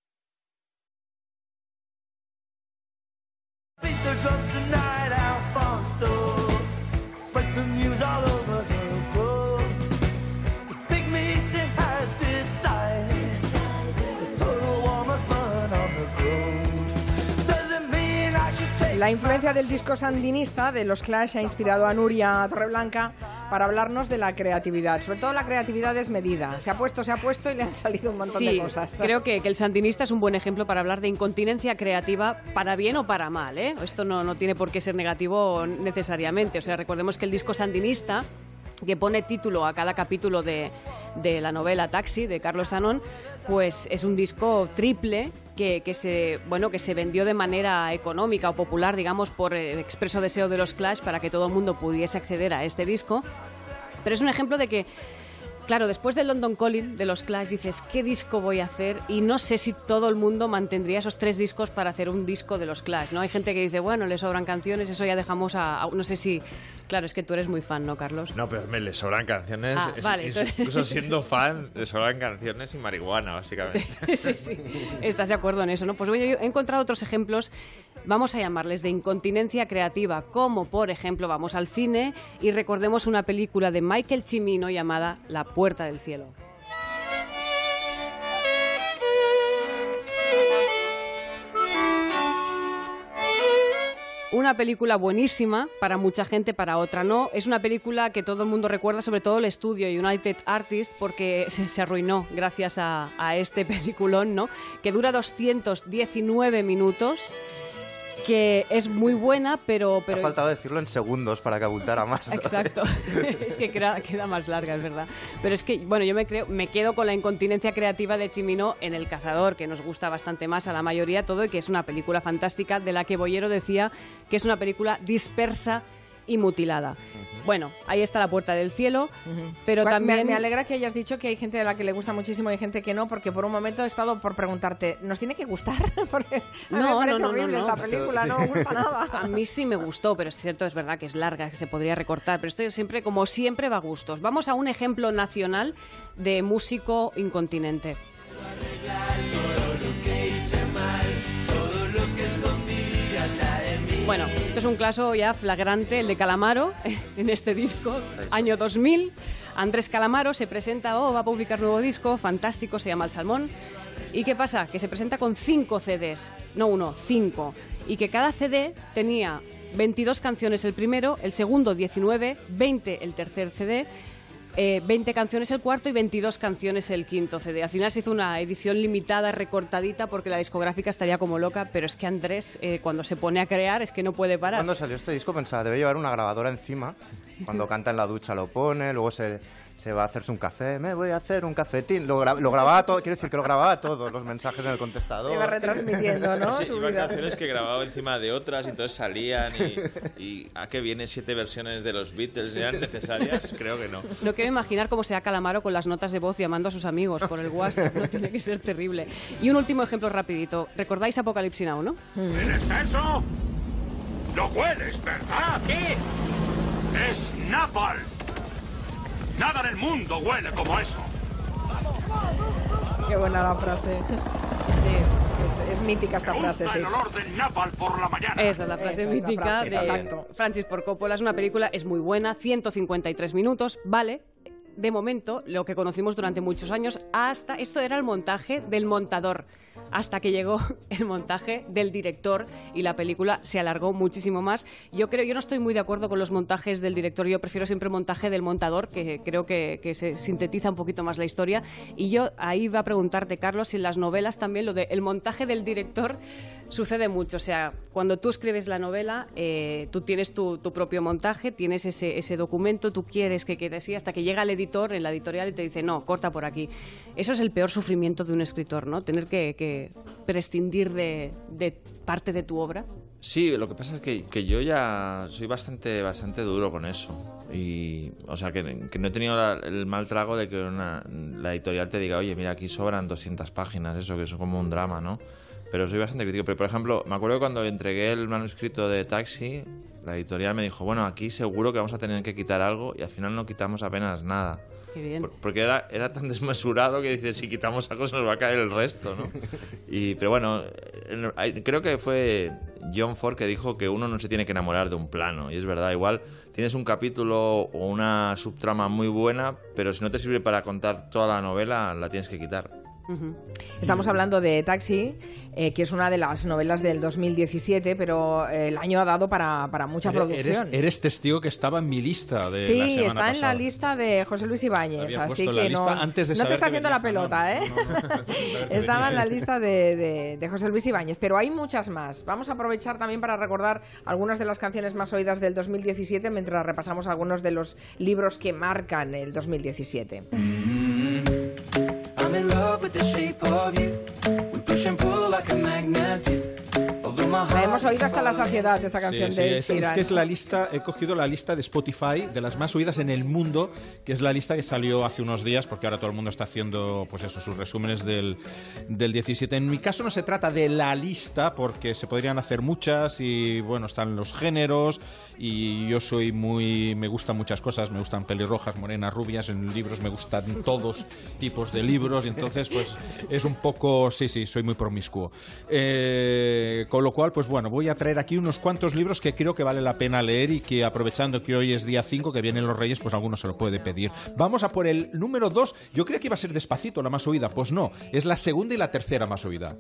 Speaker 1: La influencia del disco sandinista de los Clash ha inspirado a Nuria Torreblanca para hablarnos de la creatividad, sobre todo la creatividad desmedida. Se ha puesto, se ha puesto y le han salido un montón
Speaker 4: sí,
Speaker 1: de cosas.
Speaker 4: Creo que, que el sandinista es un buen ejemplo para hablar de incontinencia creativa para bien o para mal, ¿eh? Esto no, no tiene por qué ser negativo necesariamente. O sea, recordemos que el disco sandinista, que pone título a cada capítulo de, de la novela Taxi, de Carlos Zanón, pues es un disco triple que, que, se, bueno, que se vendió de manera económica o popular, digamos, por el expreso deseo de los Clash para que todo el mundo pudiese acceder a este disco. Pero es un ejemplo de que, claro, después del London Calling de los Clash dices, ¿qué disco voy a hacer? Y no sé si todo el mundo mantendría esos tres discos para hacer un disco de los Clash, ¿no? Hay gente que dice, bueno, le sobran canciones, eso ya dejamos a... a no sé si... Claro, es que tú eres muy fan, ¿no, Carlos?
Speaker 5: No, pero me le sobran canciones.
Speaker 4: Ah,
Speaker 5: es,
Speaker 4: vale,
Speaker 5: es, incluso siendo fan, le sobran canciones y marihuana, básicamente.
Speaker 4: Sí, sí. Estás de acuerdo en eso, ¿no? Pues bueno, yo he encontrado otros ejemplos, vamos a llamarles de incontinencia creativa, como por ejemplo, vamos al cine y recordemos una película de Michael Cimino llamada La Puerta del Cielo. Una película buenísima, para mucha gente, para otra no. Es una película que todo el mundo recuerda, sobre todo el estudio United Artists, porque se, se arruinó gracias a, a este peliculón, ¿no? Que dura doscientos diecinueve minutos que es muy buena, pero... pero...
Speaker 2: Ha faltado decirlo en segundos para que abultara más.
Speaker 4: Exacto, es que queda, queda más larga, es verdad. Pero es que, bueno, yo me, creo, me quedo con la incontinencia creativa de Cimino en El Cazador, que nos gusta bastante más a la mayoría todo y que es una película fantástica de la que Boyero decía que es una película dispersa y mutilada. Uh-huh. Bueno, ahí está La Puerta del Cielo, uh-huh. pero
Speaker 1: bueno,
Speaker 4: también...
Speaker 1: Me, me alegra que hayas dicho que hay gente a la que le gusta muchísimo y hay gente que no, porque por un momento he estado por preguntarte, ¿nos tiene que gustar? Porque a mí
Speaker 4: no,
Speaker 1: me parece
Speaker 4: no, no,
Speaker 1: horrible
Speaker 4: no, no.
Speaker 1: esta película, no me gusta nada.
Speaker 4: A mí sí me gustó, pero es cierto, es verdad que es larga, que se podría recortar, pero esto siempre, como siempre, va a gustos. Vamos a un ejemplo nacional de músico incontinente. Bueno, esto es un caso ya flagrante, el de Calamaro, en este disco, año dos mil. Andrés Calamaro se presenta, oh, va a publicar nuevo disco, fantástico, se llama El Salmón. ¿Y qué pasa? Que se presenta con cinco C Ds, no uno, cinco. Y que cada C D tenía veintidós canciones el primero, el segundo diecinueve, veinte el tercer C D, eh, veinte canciones el cuarto y veintidós canciones el quinto C D. Al final se hizo una edición limitada, recortadita, porque la discográfica estaría como loca, pero es que Andrés, eh, cuando se pone a crear, es que no puede parar.
Speaker 2: Cuando salió este disco pensaba, debe llevar una grabadora encima, cuando canta en la ducha lo pone, luego se... se va a hacerse un café, me voy a hacer un cafetín. Lo, gra lo grababa todo, quiero decir que lo grababa todos los mensajes en el contestador.
Speaker 1: Iba retransmitiendo, ¿no?
Speaker 5: Sí, iba canciones que grababa encima de otras y entonces salían y, y ¿a qué vienen siete versiones de los Beatles? ¿Eran necesarias? Creo que no.
Speaker 4: No quiero imaginar cómo será Calamaro con las notas de voz llamando a sus amigos por el WhatsApp. No tiene que ser terrible. Y un último ejemplo rapidito. ¿Recordáis Apocalipsis Now, no?
Speaker 3: ¿Eres eso? Lo hueles, ¿verdad?
Speaker 4: ¿Qué es?
Speaker 3: Es napalm. Nada en el mundo huele como eso.
Speaker 1: Qué buena la frase. Sí, es, es mítica esta
Speaker 3: Me
Speaker 1: frase.
Speaker 3: gusta
Speaker 1: Sí.
Speaker 3: el olor del napalm por la mañana.
Speaker 4: Esa es la frase
Speaker 1: Esa es la
Speaker 4: mítica
Speaker 1: frase,
Speaker 4: de
Speaker 1: exacto.
Speaker 4: Francis Ford Coppola. Es una película, es muy buena, ciento cincuenta y tres minutos, vale. De momento, lo que conocimos durante muchos años, hasta esto era el montaje del montador, hasta que llegó el montaje del director y la película se alargó muchísimo más. Yo creo, yo no estoy muy de acuerdo con los montajes del director, yo prefiero siempre el montaje del montador, que creo que, que se sintetiza un poquito más la historia. Y yo ahí iba a preguntarte, Carlos, si en las novelas también lo de el montaje del director sucede mucho. O sea, cuando tú escribes la novela, eh, tú tienes tu, tu propio montaje, tienes ese, ese documento, tú quieres que quede así, hasta que llega el editor en la editorial y te dice, no, corta por aquí. Eso es el peor sufrimiento de un escritor, ¿no? Tener que, que prescindir de, de parte de tu obra.
Speaker 5: Sí, lo que pasa es que, que yo ya soy bastante bastante duro con eso. Y, o sea, que, que no he tenido la, el mal trago de que una, la editorial te diga, oye, mira, aquí sobran doscientas páginas, eso, que es como un drama, ¿no? Pero soy bastante crítico. Pero, por ejemplo, me acuerdo que cuando entregué el manuscrito de Taxi, la editorial me dijo, bueno, aquí seguro que vamos a tener que quitar algo, y al final no quitamos apenas nada.
Speaker 4: Qué bien.
Speaker 5: Por, porque era, era tan desmesurado que dices, si quitamos algo se nos va a caer el resto, ¿no? Y, pero bueno, creo que fue John Ford que dijo que uno no se tiene que enamorar de un plano. Y es verdad, igual tienes un capítulo o una subtrama muy buena, pero si no te sirve para contar toda la novela, la tienes que quitar.
Speaker 1: Estamos hablando de Taxi, eh, que es una de las novelas del dos mil diecisiete, pero eh, el año ha dado para, para mucha
Speaker 6: eres,
Speaker 1: producción.
Speaker 6: Eres, eres testigo que estaba en mi lista de
Speaker 1: sí,
Speaker 6: la semana
Speaker 1: está
Speaker 6: pasada.
Speaker 1: en la lista de José Luis Ibáñez,
Speaker 6: Había
Speaker 1: así
Speaker 6: puesto la
Speaker 1: que
Speaker 6: lista
Speaker 1: no,
Speaker 6: antes de
Speaker 1: no te
Speaker 6: saber
Speaker 1: está
Speaker 6: que
Speaker 1: haciendo
Speaker 6: venía
Speaker 1: la pelota, ¿eh?
Speaker 6: No, no, no, no,
Speaker 1: estaba en la lista de, de, de José Luis Ibáñez, pero hay muchas más. Vamos a aprovechar también para recordar algunas de las canciones más oídas del dos mil diecisiete mientras repasamos algunos de los libros que marcan el dos mil diecisiete. I'm in love with the shape of you. We push and pull like a magnet do. La hemos oído hasta la saciedad, esta canción
Speaker 6: sí,
Speaker 1: de
Speaker 6: sí, es, es que es la lista, he cogido la lista de Spotify de las más oídas en el mundo, que es la lista que salió hace unos días, porque ahora todo el mundo está haciendo pues eso, sus resúmenes del, del diecisiete. En mi caso no se trata de la lista, porque se podrían hacer muchas y bueno, están los géneros y yo soy muy, me gustan muchas cosas, me gustan pelirrojas, morenas, rubias, en libros me gustan todos tipos de libros y entonces pues es un poco, sí, sí, soy muy promiscuo. Eh, con lo cual, pues bueno, voy a traer aquí unos cuantos libros que creo que vale la pena leer y que aprovechando que hoy es día cinco, que vienen los Reyes, pues alguno se lo puede pedir. Vamos a por el número dos. Yo creía que iba a ser Despacito la más oída, pues no, es la segunda y la tercera más oída.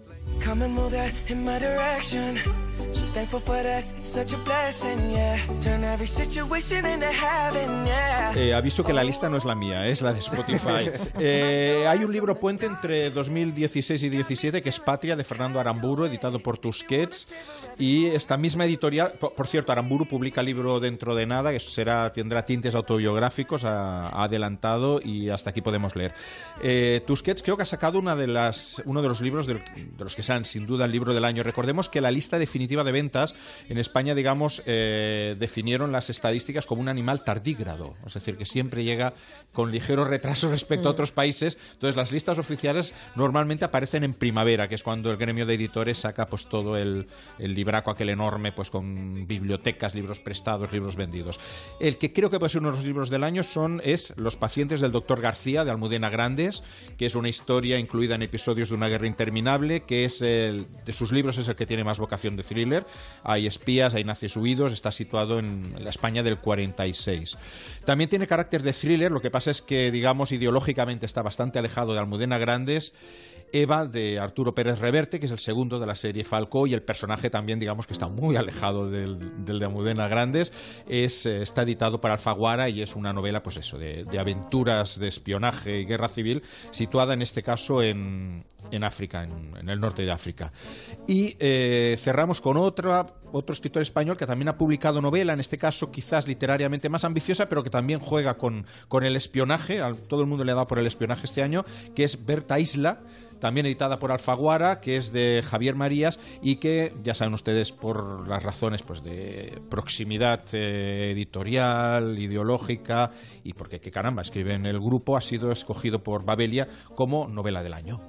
Speaker 6: Eh, aviso que la lista no es la mía, es la de Spotify. Eh, hay un libro puente entre dos mil dieciséis y diecisiete que es Patria, de Fernando Aramburu, editado por Tusquets. Tusquets. Y esta misma editorial, por, por cierto, Aramburu publica libro dentro de nada, que será, tendrá tintes autobiográficos, ha, ha adelantado, y hasta aquí podemos leer. Eh, Tusquets creo que ha sacado una de las, uno de los libros del, de los que serán sin duda el libro del año. Recordemos que la lista definitiva de ventas en España, digamos, eh, definieron las estadísticas como un animal tardígrado, es decir, que siempre llega con ligero retraso respecto a otros países. Entonces las listas oficiales normalmente aparecen en primavera, que es cuando el gremio de editores saca pues todo el, el libraco aquel enorme, pues con bibliotecas, libros prestados, libros vendidos. El que creo que puede ser uno de los libros del año son es Los pacientes del doctor García, de Almudena Grandes, que es una historia incluida en episodios de una guerra interminable, que es el, de sus libros es el que tiene más vocación de thriller. Hay espías, hay nazis huidos, está situado en la España del cuarenta y seis. También tiene carácter de thriller, lo que pasa es que, digamos, ideológicamente está bastante alejado de Almudena Grandes. Eva, de Arturo Pérez Reverte, que es el segundo de la serie Falcó, y el personaje también, digamos, que está muy alejado del, del de Almudena Grandes. Es, eh, está editado para Alfaguara y es una novela, pues eso, de, de aventuras, de espionaje y guerra civil, situada en este caso en, en África, en, en el norte de África. Y eh, cerramos con otra, otro escritor español que también ha publicado novela, en este caso quizás literariamente más ambiciosa, pero que también juega con, con el espionaje. A todo el mundo le ha dado por el espionaje este año, que es Berta Isla, también editada por Alfaguara, que es de Javier Marías y que, ya saben ustedes, por las razones pues de proximidad eh, editorial, ideológica y porque, que caramba, escribe en el grupo, ha sido escogido por Babelia como novela del año.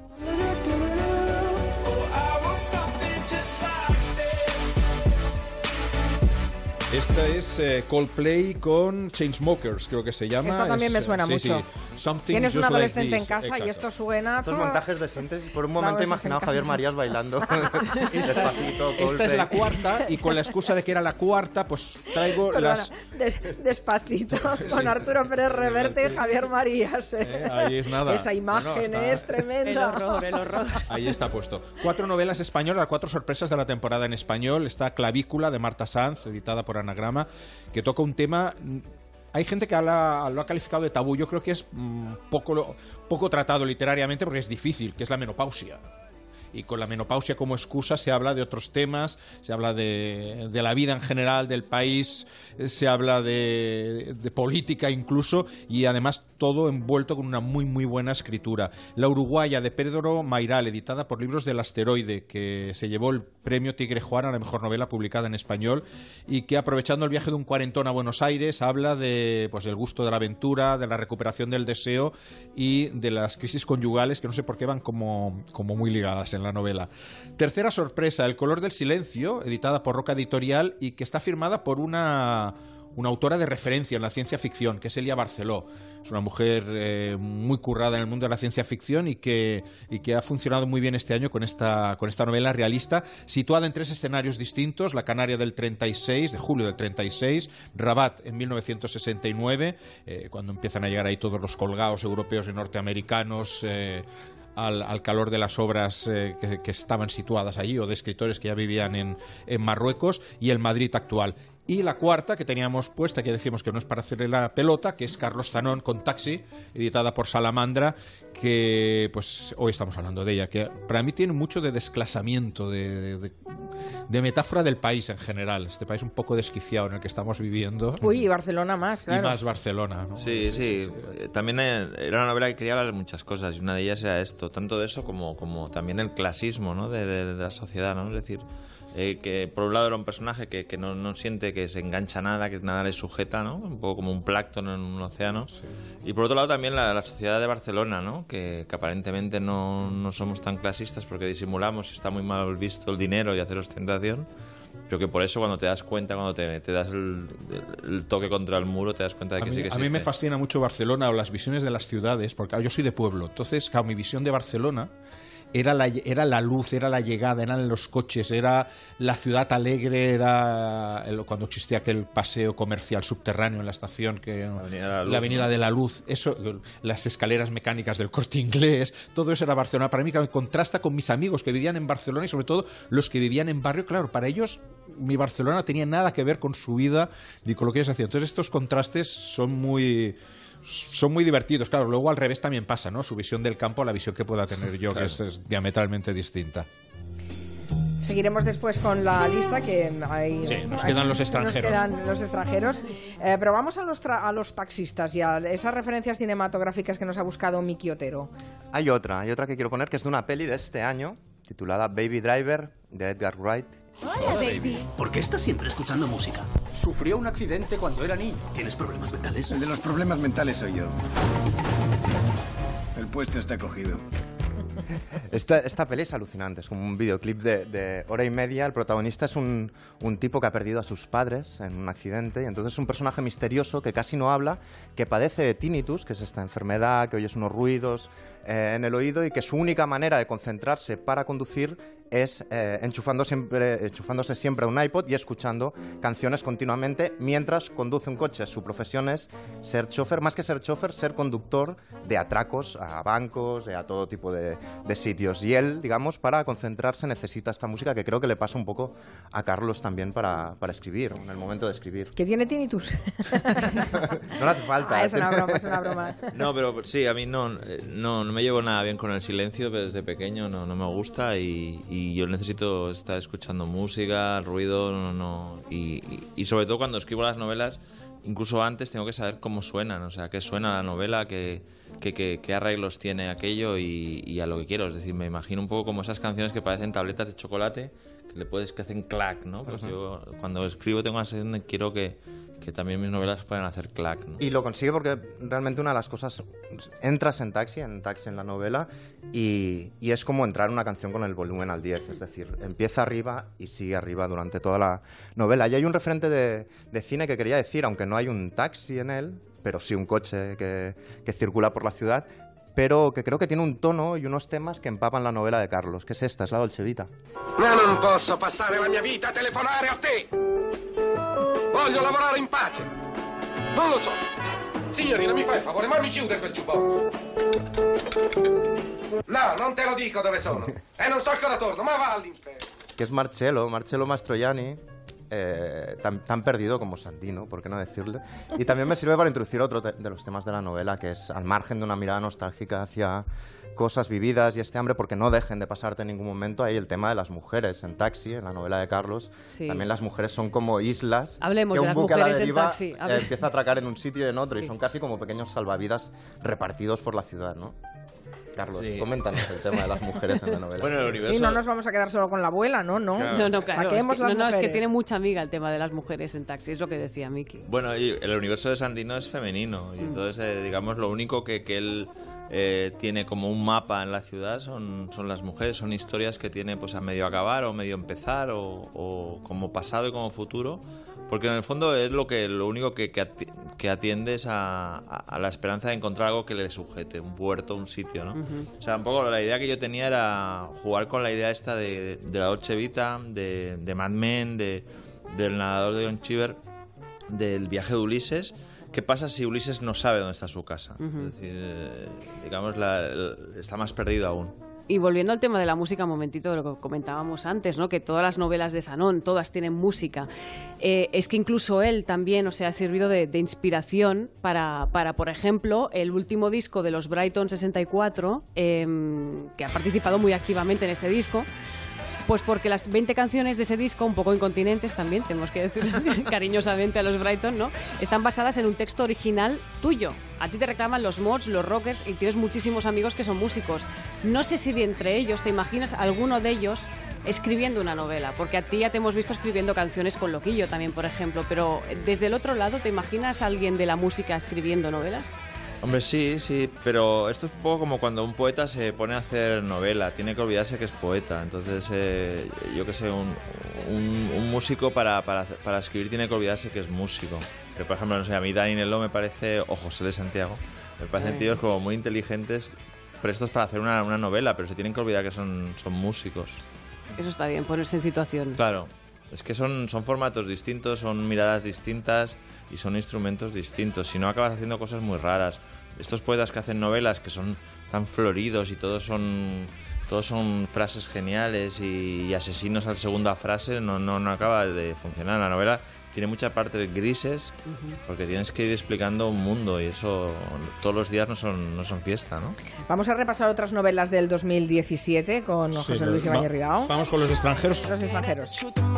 Speaker 6: Esta es eh, Coldplay con Chainsmokers, creo que se llama.
Speaker 1: Esta también
Speaker 6: es,
Speaker 1: me suena
Speaker 6: sí,
Speaker 1: mucho.
Speaker 6: Sí. Something
Speaker 1: Tienes un
Speaker 6: just
Speaker 1: adolescente
Speaker 6: like
Speaker 1: en casa
Speaker 6: this.
Speaker 1: y esto suena...
Speaker 2: Estos montajes decentes. Por un momento he
Speaker 1: Vamos,
Speaker 2: imaginado a Javier Marías bailando.
Speaker 6: Esta,
Speaker 2: Despacito,
Speaker 6: esta es la cuarta, y con la excusa de que era la cuarta, pues traigo
Speaker 1: Perdona,
Speaker 6: las...
Speaker 1: de- despacito, con
Speaker 6: Sí.
Speaker 1: Arturo Pérez Reverte y Javier Marías. ¿eh?
Speaker 6: Eh, ahí es nada.
Speaker 1: Esa imagen
Speaker 6: No, no, está-
Speaker 1: es tremenda.
Speaker 4: El horror, el horror.
Speaker 6: Ahí está puesto. Cuatro novelas españolas, cuatro sorpresas de la temporada en español. Está Clavícula, de Marta Sanz, editada por Anagrama, que toca un tema... Hay gente que la, lo ha calificado de tabú. Yo creo que es mmm, poco, poco tratado literariamente porque es difícil, que es la menopausia. Y con la menopausia como excusa se habla de otros temas, se habla de, de la vida en general del país, se habla de, de política incluso, y además todo envuelto con una muy muy buena escritura. La uruguaya, de Pedro Mairal, editada por Libros del Asteroide, que se llevó el premio Tigre Juan a la mejor novela publicada en español, y que, aprovechando el viaje de un cuarentón a Buenos Aires, habla de pues del gusto de la aventura, de la recuperación del deseo y de las crisis conyugales, que no sé por qué van como, como muy ligadas en la novela. Tercera sorpresa, El color del silencio, editada por Roca Editorial y que está firmada por una, una autora de referencia en la ciencia ficción, que es Elia Barceló. Es una mujer eh, muy currada en el mundo de la ciencia ficción y que, y que ha funcionado muy bien este año con esta, con esta novela realista, situada en tres escenarios distintos: la Canaria del treinta y seis, de julio del treinta y seis, Rabat en mil novecientos sesenta y nueve, eh, cuando empiezan a llegar ahí todos los colgados europeos y norteamericanos, eh, Al, al calor de las obras eh, que, que estaban situadas allí, o de escritores que ya vivían en, en Marruecos, y el Madrid actual. Y la cuarta que teníamos puesta, que decimos que no es para hacerle la pelota, que es Carlos Zanón con Taxi, editada por Salamandra, que pues hoy estamos hablando de ella, que para mí tiene mucho de desclasamiento, de, de, de metáfora del país en general, este país un poco desquiciado en el que estamos viviendo.
Speaker 1: Uy, y Barcelona más, claro.
Speaker 6: Y más Barcelona, ¿no?
Speaker 5: Sí, sí, sí, sí. También era una novela que quería hablar de muchas cosas, y una de ellas era esto, tanto de eso como, como también el clasismo, ¿no? de, de, de la sociedad, ¿no? Es decir, eh, que por un lado era un personaje que, que no, no siente que se engancha nada, que nada le sujeta, ¿no? Un poco como un plancton en un océano. Sí. Y por otro lado también la, la sociedad de Barcelona, ¿no? Que, que aparentemente no, no somos tan clasistas porque disimulamos y está muy mal visto el dinero y hacer ostentación. Pero que por eso cuando te das cuenta, cuando te, te das el, el toque contra el muro, te das cuenta de que
Speaker 6: a mí,
Speaker 5: sí que
Speaker 6: a
Speaker 5: existe.
Speaker 6: mí me fascina mucho Barcelona, o las visiones de las ciudades, porque claro, yo soy de pueblo. Entonces, claro, mi visión de Barcelona era la, era la luz, era la llegada, eran los coches, era la ciudad alegre, era el, cuando existía aquel paseo comercial subterráneo en la estación, que la Avenida de la Luz, la Avenida de la Luz, eso, las escaleras mecánicas del Corte Inglés, todo eso era Barcelona. Para mí, claro, contrasta con mis amigos que vivían en Barcelona y sobre todo los que vivían en barrio. Claro, para ellos mi Barcelona no tenía nada que ver con su vida ni con lo que ellos hacían. Entonces estos contrastes son muy... son muy divertidos. Claro, luego al revés también pasa, ¿no? Su visión del campo a la visión que pueda tener yo, claro, que es, es diametralmente distinta.
Speaker 1: Seguiremos después con la lista que hay.
Speaker 6: Sí, nos
Speaker 1: hay,
Speaker 6: quedan los extranjeros.
Speaker 1: Nos quedan los extranjeros. Eh, pero vamos a los, a los taxistas y a esas referencias cinematográficas que nos ha buscado Miki Otero.
Speaker 2: Hay otra, hay otra que quiero poner que es de una peli de este año titulada Baby Driver de Edgar Wright.
Speaker 7: Hola, baby. ¿Por qué estás siempre escuchando música?
Speaker 8: Sufrió un accidente cuando era niño.
Speaker 7: ¿Tienes problemas mentales?
Speaker 11: El de los problemas mentales soy yo. El puesto está cogido.
Speaker 2: Esta, esta peli es alucinante, es como un videoclip de, de hora y media. El protagonista es un, un tipo que ha perdido a sus padres en un accidente y entonces es un personaje misterioso que casi no habla, que padece de tinnitus, que es esta enfermedad, que oyes unos ruidos eh, en el oído y que su única manera de concentrarse para conducir es eh, enchufando siempre, enchufándose siempre a un iPod y escuchando canciones continuamente mientras conduce un coche. Su profesión es ser chofer, más que ser chofer, ser conductor de atracos a bancos, a todo tipo de, de sitios. Y él, digamos, para concentrarse necesita esta música que creo que le pasa un poco a Carlos también para, para escribir, en el momento de escribir.
Speaker 1: ¿Que tiene tinnitus?
Speaker 2: No le hace falta.
Speaker 1: Ah, es una broma, es una broma.
Speaker 5: No, pero sí, a mí no, no, no me llevo nada bien con el silencio, pero desde pequeño no, no me gusta y, y yo necesito estar escuchando música, ruido, no, no, y, y, y sobre todo cuando escribo las novelas, incluso antes tengo que saber cómo suenan, o sea, qué suena la novela, qué, qué, qué, qué arreglos tiene aquello y, y a lo que quiero. Es decir, me imagino un poco como esas canciones que parecen tabletas de chocolate, que le puedes que hacen clac, ¿no? Pues uh-huh. Yo cuando escribo tengo la sensación de que quiero que, que también mis novelas puedan hacer clac, ¿no?
Speaker 2: Y lo consigue porque realmente una de las cosas, entras en Taxi, en Taxi en la novela, y, y es como entrar en una canción con el volumen al diez, es decir, empieza arriba y sigue arriba durante toda la novela. Y hay un referente de, de cine que quería decir, aunque no hay un taxi en él, pero sí un coche que, que circula por la ciudad, pero que creo que tiene un tono y unos temas que empapan la novela de Carlos, que es esta, es la Dolce Vita.
Speaker 17: Ma non posso passare la mia vita a telefonare a te! Voglio lavorare in pace! Non lo so! Signorina, mi fai il favore, ma mi chiude quel giubbotto! No, non te lo dico dove sono! E non so ancora torno, ma va all'inferno!
Speaker 2: Que es Marcello, Marcello Mastroianni, eh, tan, tan perdido como Sandino, por qué no decirle. Y también me sirve para introducir otro de los temas de la novela, que es al margen de una mirada nostálgica hacia cosas vividas y este hambre, porque no dejen de pasarte en ningún momento. Hay el tema de las mujeres en Taxi, en la novela de Carlos. Sí. También las mujeres son como islas.
Speaker 4: Hablemos
Speaker 2: que un
Speaker 4: de las
Speaker 2: buque
Speaker 4: mujeres
Speaker 2: a la deriva
Speaker 4: en Taxi.
Speaker 2: Eh, empieza a atracar en un sitio y en otro, sí. Y son casi como pequeños salvavidas repartidos por la ciudad, ¿no? Carlos, sí. Coméntanos el tema de las mujeres en la novela.
Speaker 5: Bueno, el universo...
Speaker 1: Sí, no nos vamos a quedar solo con la abuela, ¿no? No,
Speaker 4: claro. no, no, claro.
Speaker 1: Saquemos
Speaker 4: es que,
Speaker 1: las
Speaker 4: no, no,
Speaker 1: mujeres.
Speaker 4: Es que tiene mucha amiga el tema de las mujeres en Taxi, es lo que decía Miki.
Speaker 5: Bueno, y el universo de Sandino es femenino, y mm. entonces, eh, digamos, lo único que, que él eh, tiene como un mapa en la ciudad son, son las mujeres, son historias que tiene pues a medio acabar o medio empezar, o, o como pasado y como futuro. Porque en el fondo es lo que lo único que, que atiende es a, a la esperanza de encontrar algo que le sujete, un puerto, un sitio, ¿no? Uh-huh. O sea, un poco la idea que yo tenía era jugar con la idea esta de, de la Dolce Vita, de, de Mad Men, de, del nadador de John Cheever, del viaje de Ulises. ¿Qué pasa si Ulises no sabe dónde está su casa? Uh-huh. Es decir, eh, digamos, la, el, está más perdido aún.
Speaker 4: Y volviendo al tema de la música, un momentito de lo que comentábamos antes, ¿no? Que todas las novelas de Zanón, todas tienen música. Eh, es que incluso él también, o sea, ha servido de, de inspiración para, para, por ejemplo, el último disco de los Brighton sesenta y cuatro, eh, que ha participado muy activamente en este disco. Pues porque las veinte canciones de ese disco, un poco incontinentes también, tenemos que decir cariñosamente a los Brighton, ¿no? Están basadas en un texto original tuyo. A ti te reclaman los mods, los rockers, y tienes muchísimos amigos que son músicos. No sé si de entre ellos te imaginas alguno de ellos escribiendo una novela, porque a ti ya te hemos visto escribiendo canciones con Loquillo también, por ejemplo, pero desde el otro lado, ¿te imaginas a alguien de la música escribiendo novelas?
Speaker 5: Hombre, sí, sí, pero esto es un poco como cuando un poeta se pone a hacer novela, tiene que olvidarse que es poeta. Entonces, eh, yo qué sé, un, un, un músico para, para, para escribir tiene que olvidarse que es músico. Que, por ejemplo, no sé, a mí Dani Nello me parece, o José de Santiago, me parecen tíos como muy inteligentes, prestos para hacer una, una novela, pero se tienen que olvidar que son, son músicos.
Speaker 4: Eso está bien, ponerse en situación.
Speaker 5: Claro. Es que son, son formatos distintos, son miradas distintas y son instrumentos distintos. Si no, acabas haciendo cosas muy raras. Estos poetas que hacen novelas que son tan floridos y todos son todos son frases geniales y, y asesinos a la segunda frase, no, no, no acaba de funcionar. La novela tiene muchas partes grises, uh-huh. porque tienes que ir explicando un mundo y eso todos los días no son, no son fiesta, ¿no?
Speaker 1: Vamos a repasar otras novelas del dos mil diecisiete con sí, José Luis Ibáñez Rigao.
Speaker 6: Vamos con los extranjeros.
Speaker 1: Los extranjeros.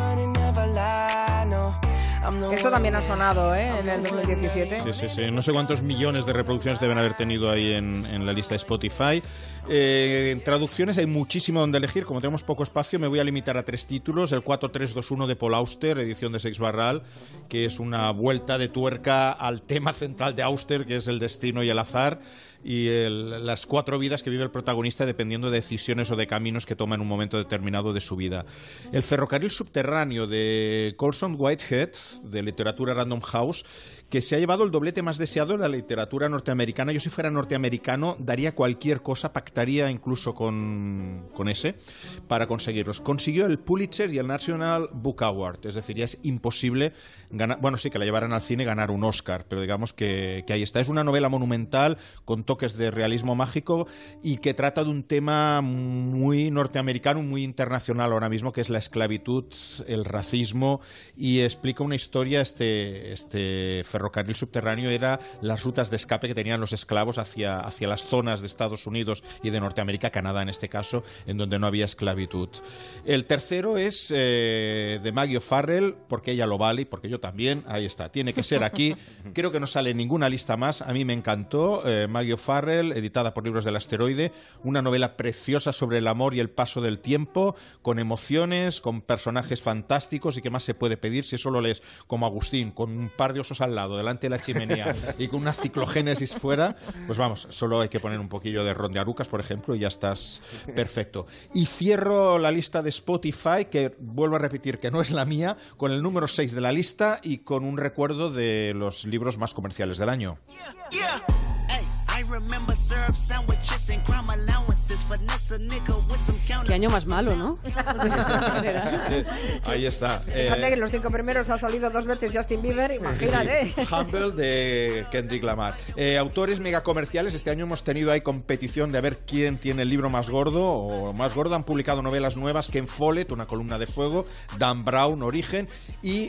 Speaker 1: Esto también ha sonado, ¿eh? En el dos mil diecisiete.
Speaker 6: Sí, sí, sí. No sé cuántos millones de reproducciones deben haber tenido ahí en, en la lista de Spotify. Eh, en traducciones hay muchísimo donde elegir. Como tenemos poco espacio, me voy a limitar a tres títulos. El cuatro tres dos uno de Paul Auster, edición de Seix Barral, que es una vuelta de tuerca al tema central de Auster, que es el destino y el azar, y el, las cuatro vidas que vive el protagonista dependiendo de decisiones o de caminos que toma en un momento determinado de su vida. El ferrocarril subterráneo de Colson Whitehead, de literatura Random House, que se ha llevado el doblete más deseado de la literatura norteamericana. Yo, si fuera norteamericano, daría cualquier cosa, pactaría incluso con, con ese para conseguirlos. Consiguió el Pulitzer y el National Book Award, es decir, ya es imposible ganar, bueno, sí, que la llevaran al cine, ganar un Oscar, pero digamos que, que ahí está. Es una novela monumental con toques de realismo mágico y que trata de un tema muy norteamericano, muy internacional ahora mismo, que es la esclavitud, el racismo, y explica una historia. Este, este ferrocarril subterráneo era las rutas de escape que tenían los esclavos hacia, hacia las zonas de Estados Unidos y de Norteamérica, Canadá en este caso, en donde no había esclavitud. El tercero es eh, de Maggie O'Farrell, porque ella lo vale y porque yo también. Ahí está, tiene que ser aquí. Creo que no sale en ninguna lista más. A mí me encantó. eh, Maggie O'Farrell, editada por Libros del Asteroide, una novela preciosa sobre el amor y el paso del tiempo, con emociones, con personajes fantásticos, y qué más se puede pedir si eso lo lees como Agustín, con un par de osos al lado, delante de la chimenea y con una ciclogénesis fuera. Pues vamos, solo hay que poner un poquillo de Ron de Arucas, por ejemplo, y ya estás perfecto. Y cierro la lista de Spotify, que vuelvo a repetir que no es la mía, con el número seis de la lista y con un recuerdo de los libros más comerciales del año.
Speaker 10: Yeah.
Speaker 4: Qué año más malo, ¿no?
Speaker 6: Ahí está.
Speaker 1: Fíjate eh, que en los cinco primeros ha salido dos veces Justin Bieber, imagínate.
Speaker 6: Sí, sí. Humble de Kendrick Lamar. Eh, autores megacomerciales. Este año hemos tenido ahí competición de a ver quién tiene el libro más gordo o más gordo. Han publicado novelas nuevas: Ken Follett, Una columna de fuego; Dan Brown, Origen; y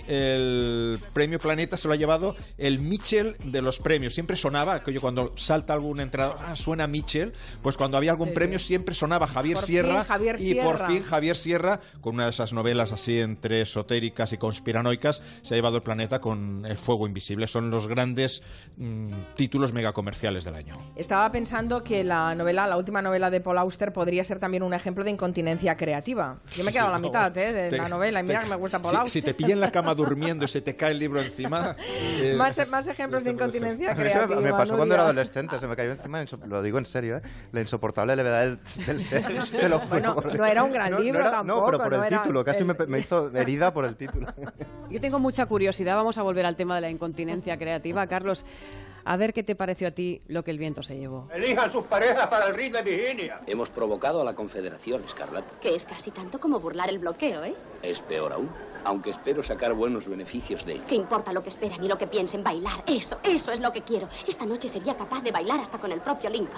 Speaker 6: el premio Planeta se lo ha llevado el Mitchell de los premios. Siempre sonaba, que yo cuando salta algún entrenador, ah, suena Mitchell, pues cuando había algún sí, premio sí. siempre sonaba Javier por Sierra, fin, Javier y Sierra. por fin Javier Sierra, con una de esas novelas así entre esotéricas y conspiranoicas, se ha llevado el Planeta con El fuego invisible. Son los grandes mmm, títulos megacomerciales del año.
Speaker 1: Estaba pensando que la novela, la última novela de Paul Auster, podría ser también un ejemplo de incontinencia creativa. Yo me he quedado sí, a la no, mitad ¿eh? de te, la novela, y mira te, que me gusta Paul
Speaker 6: si,
Speaker 1: Auster.
Speaker 6: Si te pilla en la cama durmiendo y se te cae el libro encima...
Speaker 1: Eh, más, más ejemplos de incontinencia creativa.
Speaker 2: Me pasó
Speaker 1: Nuria.
Speaker 2: Cuando era adolescente, se me cayó encima, lo digo en serio, ¿eh? La insoportable levedad del, del ser. Te lo
Speaker 1: bueno, no era un gran
Speaker 2: no,
Speaker 1: libro
Speaker 2: no era,
Speaker 1: tampoco.
Speaker 2: No, pero por
Speaker 1: no
Speaker 2: el título, casi
Speaker 1: el...
Speaker 2: me, me hizo herida por el título.
Speaker 4: Yo tengo mucha curiosidad, vamos a volver al tema de la incontinencia creativa. Carlos, a ver qué te pareció a ti Lo que el viento se llevó.
Speaker 17: Elijan sus parejas para el rito de Virginia.
Speaker 12: Hemos provocado a la Confederación, Escarlata.
Speaker 13: Que es casi tanto como burlar el bloqueo, ¿eh?
Speaker 12: Es peor aún, aunque espero sacar buenos beneficios de ello.
Speaker 13: ¿Qué importa lo que esperan y lo que piensen? Bailar, eso, eso es lo que quiero. Esta noche sería capaz de bailar hasta con el propio Lincoln.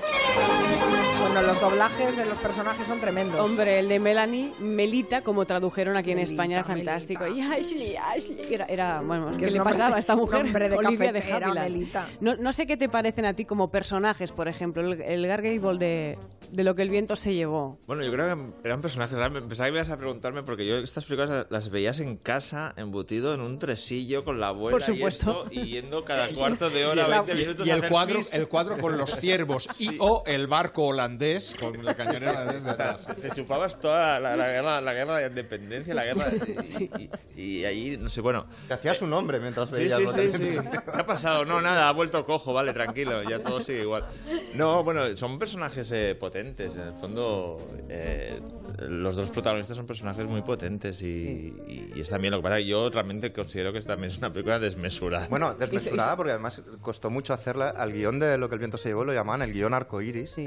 Speaker 1: Bueno, los doblajes de los personajes son tremendos.
Speaker 4: Hombre, el de Melanie, Melita, como tradujeron aquí
Speaker 1: Melita,
Speaker 4: en España, era fantástico.
Speaker 1: Melita.
Speaker 4: Y Ashley, Ashley. Era, era bueno, ¿qué
Speaker 1: es
Speaker 4: le
Speaker 1: nombre,
Speaker 4: pasaba a esta mujer?
Speaker 1: Nombre de
Speaker 4: Olivia de
Speaker 1: cafetera,
Speaker 4: Havilland.
Speaker 1: Melita.
Speaker 4: No, no sé qué te parecen a ti como personajes, por ejemplo, el, el Gargable de, de Lo que el viento se llevó.
Speaker 5: Bueno, yo creo que eran personajes. Pensaba que me ibas a preguntarme, porque yo estas películas las veías en casa, embutido en un tresillo con la abuela,
Speaker 4: por supuesto,
Speaker 5: y, esto, y yendo cada cuarto de hora, veinte minutos
Speaker 6: y el
Speaker 5: a hacer
Speaker 6: cuadro,
Speaker 5: pis.
Speaker 6: el cuadro con los ciervos y sí. o el barco holandés con la cañonera holandés detrás.
Speaker 5: Te chupabas toda la, la, guerra, la guerra de la independencia, la guerra y, sí. y, y, y ahí, no sé, bueno.
Speaker 2: Te hacías un hombre mientras
Speaker 5: sí,
Speaker 2: veías.
Speaker 5: Sí, sí, sí, sí. ¿Qué ha pasado? No, nada, ha vuelto cojo, vale, tranquilo, ya todo sigue igual. No, bueno, son personajes eh, potentes, en el fondo eh, los dos protagonistas son personajes muy potentes y, y, y es también lo que pasa que yo realmente considero que también es una película desmesurada.
Speaker 2: Bueno, desmesurada porque además costó mucho hacerla. Al guión de Lo que el viento se llevó lo llamaban el guión arcoíris.
Speaker 4: Sí.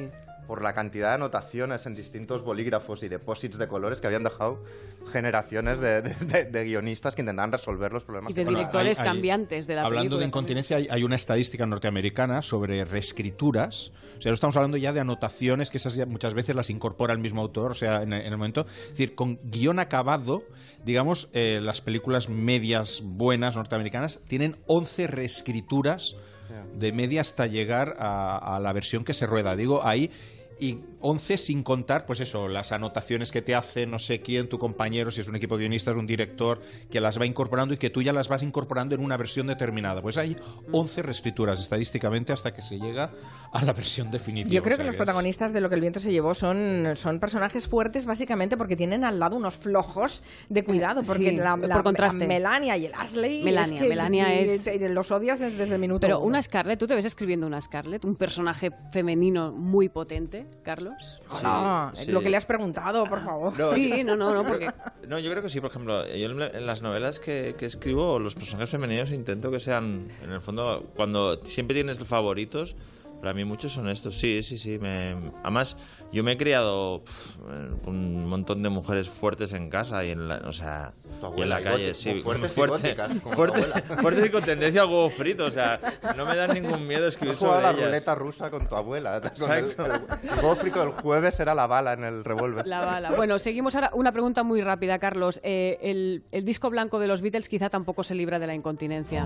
Speaker 2: por la cantidad de anotaciones en distintos bolígrafos y depósitos de colores que habían dejado generaciones de, de, de, de guionistas que intentaban resolver los problemas.
Speaker 4: Y de directores bueno, hay, hay, cambiantes de la
Speaker 6: hablando
Speaker 4: película.
Speaker 6: De incontinencia, hay, hay una estadística norteamericana sobre reescrituras. O sea, no estamos hablando ya de anotaciones, que esas ya muchas veces las incorpora el mismo autor, o sea, en, en el momento... Es decir, con guión acabado, digamos, eh, las películas medias buenas norteamericanas tienen once reescrituras de media hasta llegar a, a la versión que se rueda. Digo, ahí... Y once sin contar, pues eso, las anotaciones que te hace no sé quién, tu compañero, si es un equipo de guionistas, un director, que las va incorporando y que tú ya las vas incorporando en una versión determinada. Pues hay once reescrituras estadísticamente hasta que se llega a la versión definitiva.
Speaker 1: Yo creo
Speaker 6: o sea,
Speaker 1: que los
Speaker 6: que
Speaker 1: protagonistas
Speaker 6: es...
Speaker 1: de Lo que el viento se llevó son, son personajes fuertes básicamente porque tienen al lado unos flojos de cuidado, porque
Speaker 4: sí,
Speaker 1: la,
Speaker 4: por
Speaker 1: la,
Speaker 4: contraste.
Speaker 1: la Melania y el Ashley
Speaker 4: Melania,
Speaker 1: es que
Speaker 4: Melania es...
Speaker 1: los odias desde el minuto
Speaker 4: Pero
Speaker 1: uno.
Speaker 4: una Scarlett, tú te ves escribiendo una Scarlett, un personaje femenino muy potente, Carlos.
Speaker 5: Sí,
Speaker 1: no,
Speaker 5: sí.
Speaker 1: lo que le has preguntado, por favor.
Speaker 5: No,
Speaker 4: sí, no, no, no, porque...
Speaker 5: No, yo creo que sí, por ejemplo, yo en las novelas que, que escribo, los personajes femeninos intento que sean, en el fondo, cuando siempre tienes favoritos, para mí muchos son estos, sí, sí, sí. Me, además, yo me he criado pff, con un montón de mujeres fuertes en casa y en la, o sea, y en la calle, sí,
Speaker 2: fuertes,
Speaker 5: fuerte,
Speaker 2: y góticas,
Speaker 5: fuertes, fuertes y con tendencia al huevo frito, o sea, no me dan ningún miedo escribir
Speaker 2: Has
Speaker 5: sobre
Speaker 2: jugado
Speaker 5: ellas.
Speaker 2: la ruleta rusa con tu abuela. Con
Speaker 5: Exacto.
Speaker 2: El, el, el huevo frito del jueves era la bala en el revólver.
Speaker 4: La bala. Bueno, seguimos ahora. Una pregunta muy rápida, Carlos. Eh, el, el disco blanco de los Beatles quizá tampoco se libra de la incontinencia.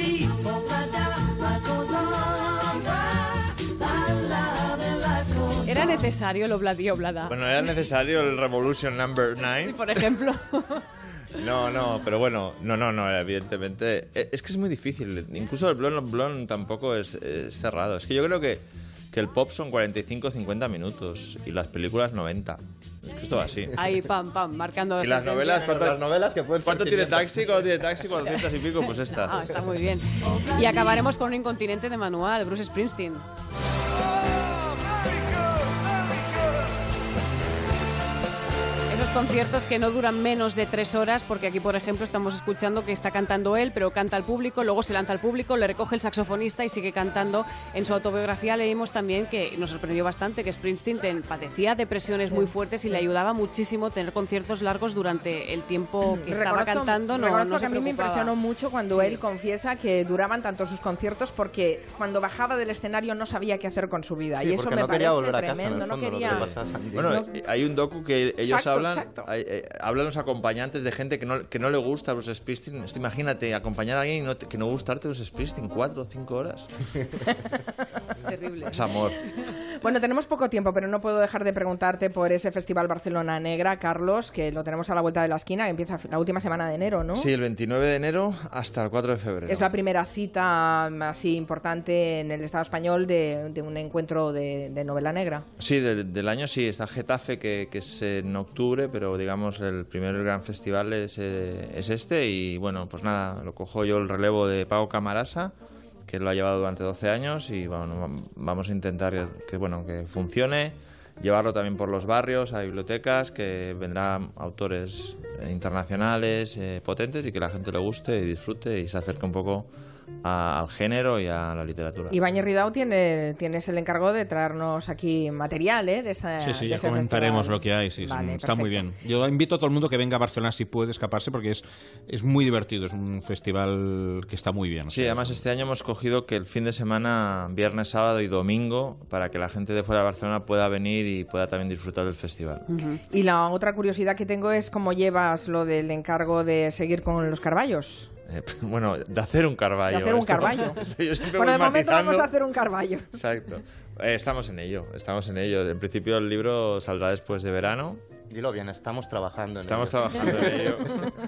Speaker 4: ¿Era necesario el Obladi Oblada?
Speaker 5: Bueno, era necesario el Revolution Number nine.
Speaker 4: Por ejemplo.
Speaker 5: No, no, pero bueno, no, no, no, evidentemente. Es que es muy difícil. Incluso el Blonde on Blonde tampoco es, es cerrado. Es que yo creo que, que el pop son cuarenta y cinco a cincuenta minutos y las películas noventa. Es que esto va así.
Speaker 4: Ahí, pam, pam, marcando...
Speaker 5: Y las novelas, ¿cuántas,
Speaker 2: las novelas que pueden
Speaker 5: ¿cuánto tiene Taxi? ¿Cuánto tiene Taxi? cuatrocientas y pico, pues estas.
Speaker 4: Ah, está muy bien. Y acabaremos con un incontinente de manual, Bruce Springsteen. Esos conciertos que no duran menos de tres horas, porque aquí, por ejemplo, estamos escuchando que está cantando él, pero canta al público, luego se lanza al público, le recoge el saxofonista y sigue cantando. En su autobiografía leímos también que nos sorprendió bastante que Springsteen ten, padecía depresiones muy fuertes y le ayudaba muchísimo tener conciertos largos durante el tiempo que estaba
Speaker 1: reconozco,
Speaker 4: cantando. No,
Speaker 1: reconozco
Speaker 4: no
Speaker 1: que
Speaker 4: se
Speaker 1: a mí me
Speaker 4: preocupaba.
Speaker 1: impresionó mucho cuando
Speaker 4: Sí.
Speaker 1: él confiesa que duraban tanto sus conciertos porque cuando bajaba del escenario no sabía qué hacer con su vida.
Speaker 2: Sí,
Speaker 1: y eso
Speaker 2: porque
Speaker 1: me
Speaker 2: no quería
Speaker 1: parece
Speaker 2: volver a casa,
Speaker 1: tremendo.
Speaker 2: en el
Speaker 1: no
Speaker 2: fondo,
Speaker 1: quería...
Speaker 2: lo que pasa a Sandy.
Speaker 5: Bueno,
Speaker 1: No-
Speaker 5: hay un docu que ellos
Speaker 1: Exacto,
Speaker 5: hablan,
Speaker 1: exacto.
Speaker 5: hay- eh, hablan los acompañantes de gente que no, que no le gusta Bruce Springsteen. Esto, imagínate, acompañar a alguien y no te- que no gustarte Bruce Springsteen cuatro o cinco horas.
Speaker 4: Terrible.
Speaker 5: Es amor.
Speaker 1: Bueno, tenemos poco tiempo, pero no puedo dejar de preguntarte por ese Festival Barcelona Negra, Carlos, que lo tenemos a la vuelta de la esquina, que empieza la última semana de enero, ¿no?
Speaker 5: Sí, el veintinueve de enero hasta el cuatro de febrero.
Speaker 1: Es la primera cita mm, así importante en el Estado español de, de un encuentro de, de novela negra.
Speaker 5: Sí, de- del año sí, está Getafe, que, que es en octubre, pero digamos el primer gran festival es, eh, es este y bueno, pues nada, lo cojo yo el relevo de Pau Camarasa, que lo ha llevado durante doce años y bueno, vamos a intentar que, bueno, que funcione, llevarlo también por los barrios, a bibliotecas, que vendrán autores eh, internacionales eh, potentes y que la gente le guste y disfrute y se acerque un poco a- al género y a la literatura.
Speaker 1: Ibáñez Ridao tiene, tienes el encargo de traernos aquí material, ¿eh? De esa,
Speaker 6: Sí, sí,
Speaker 1: de
Speaker 6: ya
Speaker 1: ese
Speaker 6: comentaremos
Speaker 1: festival.
Speaker 6: lo que hay. Sí, sí,
Speaker 1: Vale,
Speaker 6: está muy
Speaker 1: perfecto.
Speaker 6: bien. Yo invito a todo el mundo que venga a Barcelona si puede escaparse porque es, es muy divertido. Es un festival que está muy bien.
Speaker 5: Sí, además este año hemos cogido que el fin de semana, viernes, sábado y domingo, para que la gente de fuera de Barcelona pueda venir y pueda también disfrutar del festival.
Speaker 1: Y la otra curiosidad que tengo es cómo llevas lo del encargo de seguir con los Carballos.
Speaker 5: Eh, bueno, de hacer un carballo.
Speaker 1: De hacer un
Speaker 5: Esto-
Speaker 1: carballo.
Speaker 5: esto yo siempre
Speaker 1: Bueno,
Speaker 5: voy
Speaker 1: de momento
Speaker 5: matizando.
Speaker 1: vamos a hacer un carballo.
Speaker 5: Exacto. Eh, estamos en ello, estamos en ello. En principio el libro saldrá después de verano.
Speaker 2: Dilo bien, estamos trabajando en
Speaker 5: Estamos
Speaker 2: ello.
Speaker 5: trabajando en ello.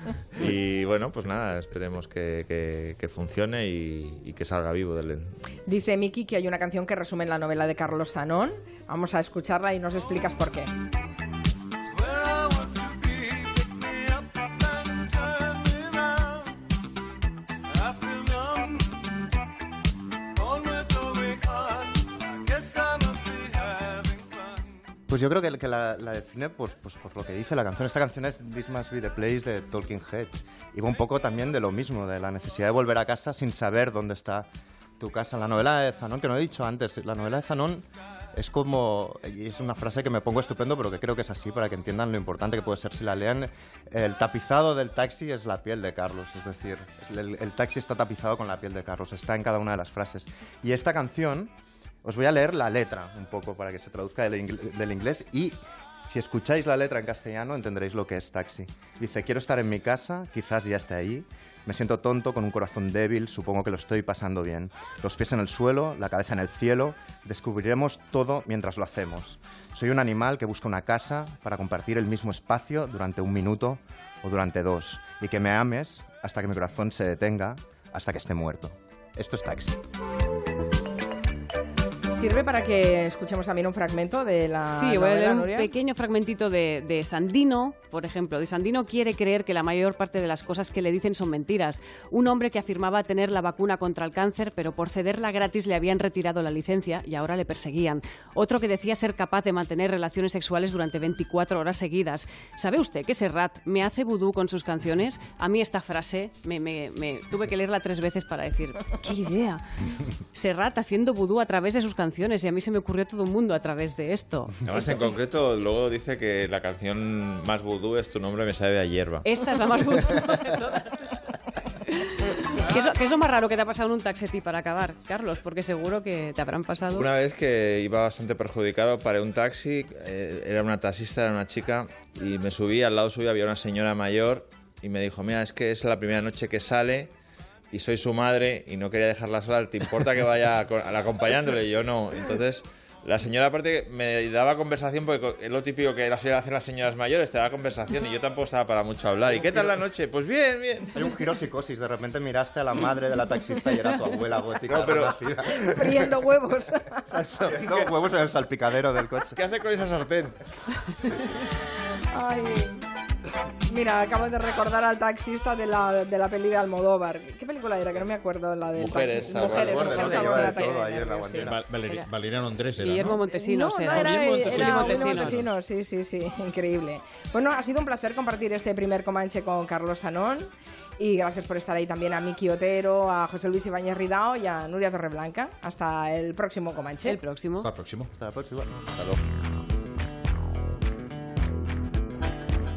Speaker 5: Y bueno, pues nada, esperemos que, que- que funcione y, y que salga vivo del...
Speaker 1: Dice Miki que hay una canción que resume la novela de Carlos Zanón. Vamos a escucharla y nos explicas por qué.
Speaker 2: Pues yo creo que, que la, la define pues, pues por lo que dice la canción. Esta canción es This Must Be the Place de Talking Heads. Y va un poco también de lo mismo, de la necesidad de volver a casa sin saber dónde está tu casa. La novela de Zanón, que no he dicho antes, la novela de Zanón es como, y es una frase que me pongo estupendo, pero que creo que es así para que entiendan lo importante que puede ser si la leen. El tapizado del taxi es la piel de Carlos, es decir, el, el taxi está tapizado con la piel de Carlos, está en cada una de las frases. Y esta canción, os voy a leer la letra un poco para que se traduzca del, ingl del inglés y si escucháis la letra en castellano entenderéis lo que es taxi. Dice, quiero estar en mi casa, quizás ya esté ahí. Me siento tonto, con un corazón débil, supongo que lo estoy pasando bien. Los pies en el suelo, la cabeza en el cielo, descubriremos todo mientras lo hacemos. Soy un animal que busca una casa para compartir el mismo espacio durante un minuto o durante dos. Y que me ames hasta que mi corazón se detenga, hasta que esté muerto. Esto es taxi.
Speaker 1: ¿Sirve para que escuchemos también un fragmento de la
Speaker 4: Sí, voy a leer un
Speaker 1: Nuria?
Speaker 4: pequeño fragmentito de, de Sandino, por ejemplo. De Sandino quiere creer que la mayor parte de las cosas que le dicen son mentiras. Un hombre que afirmaba tener la vacuna contra el cáncer, pero por cederla gratis le habían retirado la licencia y ahora le perseguían. Otro que decía ser capaz de mantener relaciones sexuales durante veinticuatro horas seguidas. ¿Sabe usted que Serrat me hace vudú con sus canciones? A mí esta frase me, me, me tuve que leerla tres veces para decir, ¡qué idea! Serrat haciendo vudú a través de sus canciones. Y a mí se me ocurrió todo un mundo a través de esto.
Speaker 5: Además, en concreto, luego dice que la canción más vudú es Tu nombre me sabe a hierba.
Speaker 4: Esta es la más vudú de todas. ¿Qué es, lo, ¿Qué es lo más raro que te ha pasado en un taxi para acabar, Carlos? Porque seguro que te habrán pasado...
Speaker 5: Una vez que iba bastante perjudicado, paré un taxi, eh, era una taxista, era una chica, y me subí, al lado suyo había una señora mayor, y me dijo, mira, es que es la primera noche que sale... y soy su madre y no quería dejarla sola, ¿te importa que vaya al acompañándole? Y yo no. Entonces, la señora aparte me daba conversación, porque es lo típico que hacen las señoras mayores, te da conversación y yo tampoco estaba para mucho hablar. ¿Y qué tal la noche? Pues bien, bien.
Speaker 2: Hay un giro psicosis, de repente miraste a la madre de la taxista y era tu abuela gótica.
Speaker 5: No, pero...
Speaker 1: friendo huevos.
Speaker 2: Friendo huevos en el salpicadero del coche.
Speaker 5: ¿Qué hace con esa sartén?
Speaker 2: Sí, sí.
Speaker 1: Ay... Mira, acabo de recordar al taxista de la, de la peli de Almodóvar. ¿Qué película era? Que no me acuerdo. La del
Speaker 5: Mujeres,
Speaker 1: taxi. Mujeres,
Speaker 2: Mujeres,
Speaker 1: Mujeres,
Speaker 2: Mujeres,
Speaker 1: Mujeres,
Speaker 2: todo ahí en la
Speaker 1: sí.
Speaker 2: bandera.
Speaker 6: Val Valeri Valeriano Andrés era,
Speaker 4: Guillermo
Speaker 6: ¿no?
Speaker 4: Montesinos
Speaker 1: no,
Speaker 4: era.
Speaker 1: no, era,
Speaker 6: Guillermo
Speaker 1: era,
Speaker 6: Montesinos.
Speaker 1: era
Speaker 4: Montesinos.
Speaker 1: Montesinos, sí, sí, sí, increíble. Bueno, ha sido un placer compartir este primer Comanche con Carlos Zanón. Y gracias por estar ahí también a Miki Otero, a José Luis Ibáñez Ridao y a Nuria Torreblanca. Hasta el próximo Comanche.
Speaker 4: El próximo.
Speaker 6: Hasta el próximo.
Speaker 2: Hasta la próxima. Hasta luego.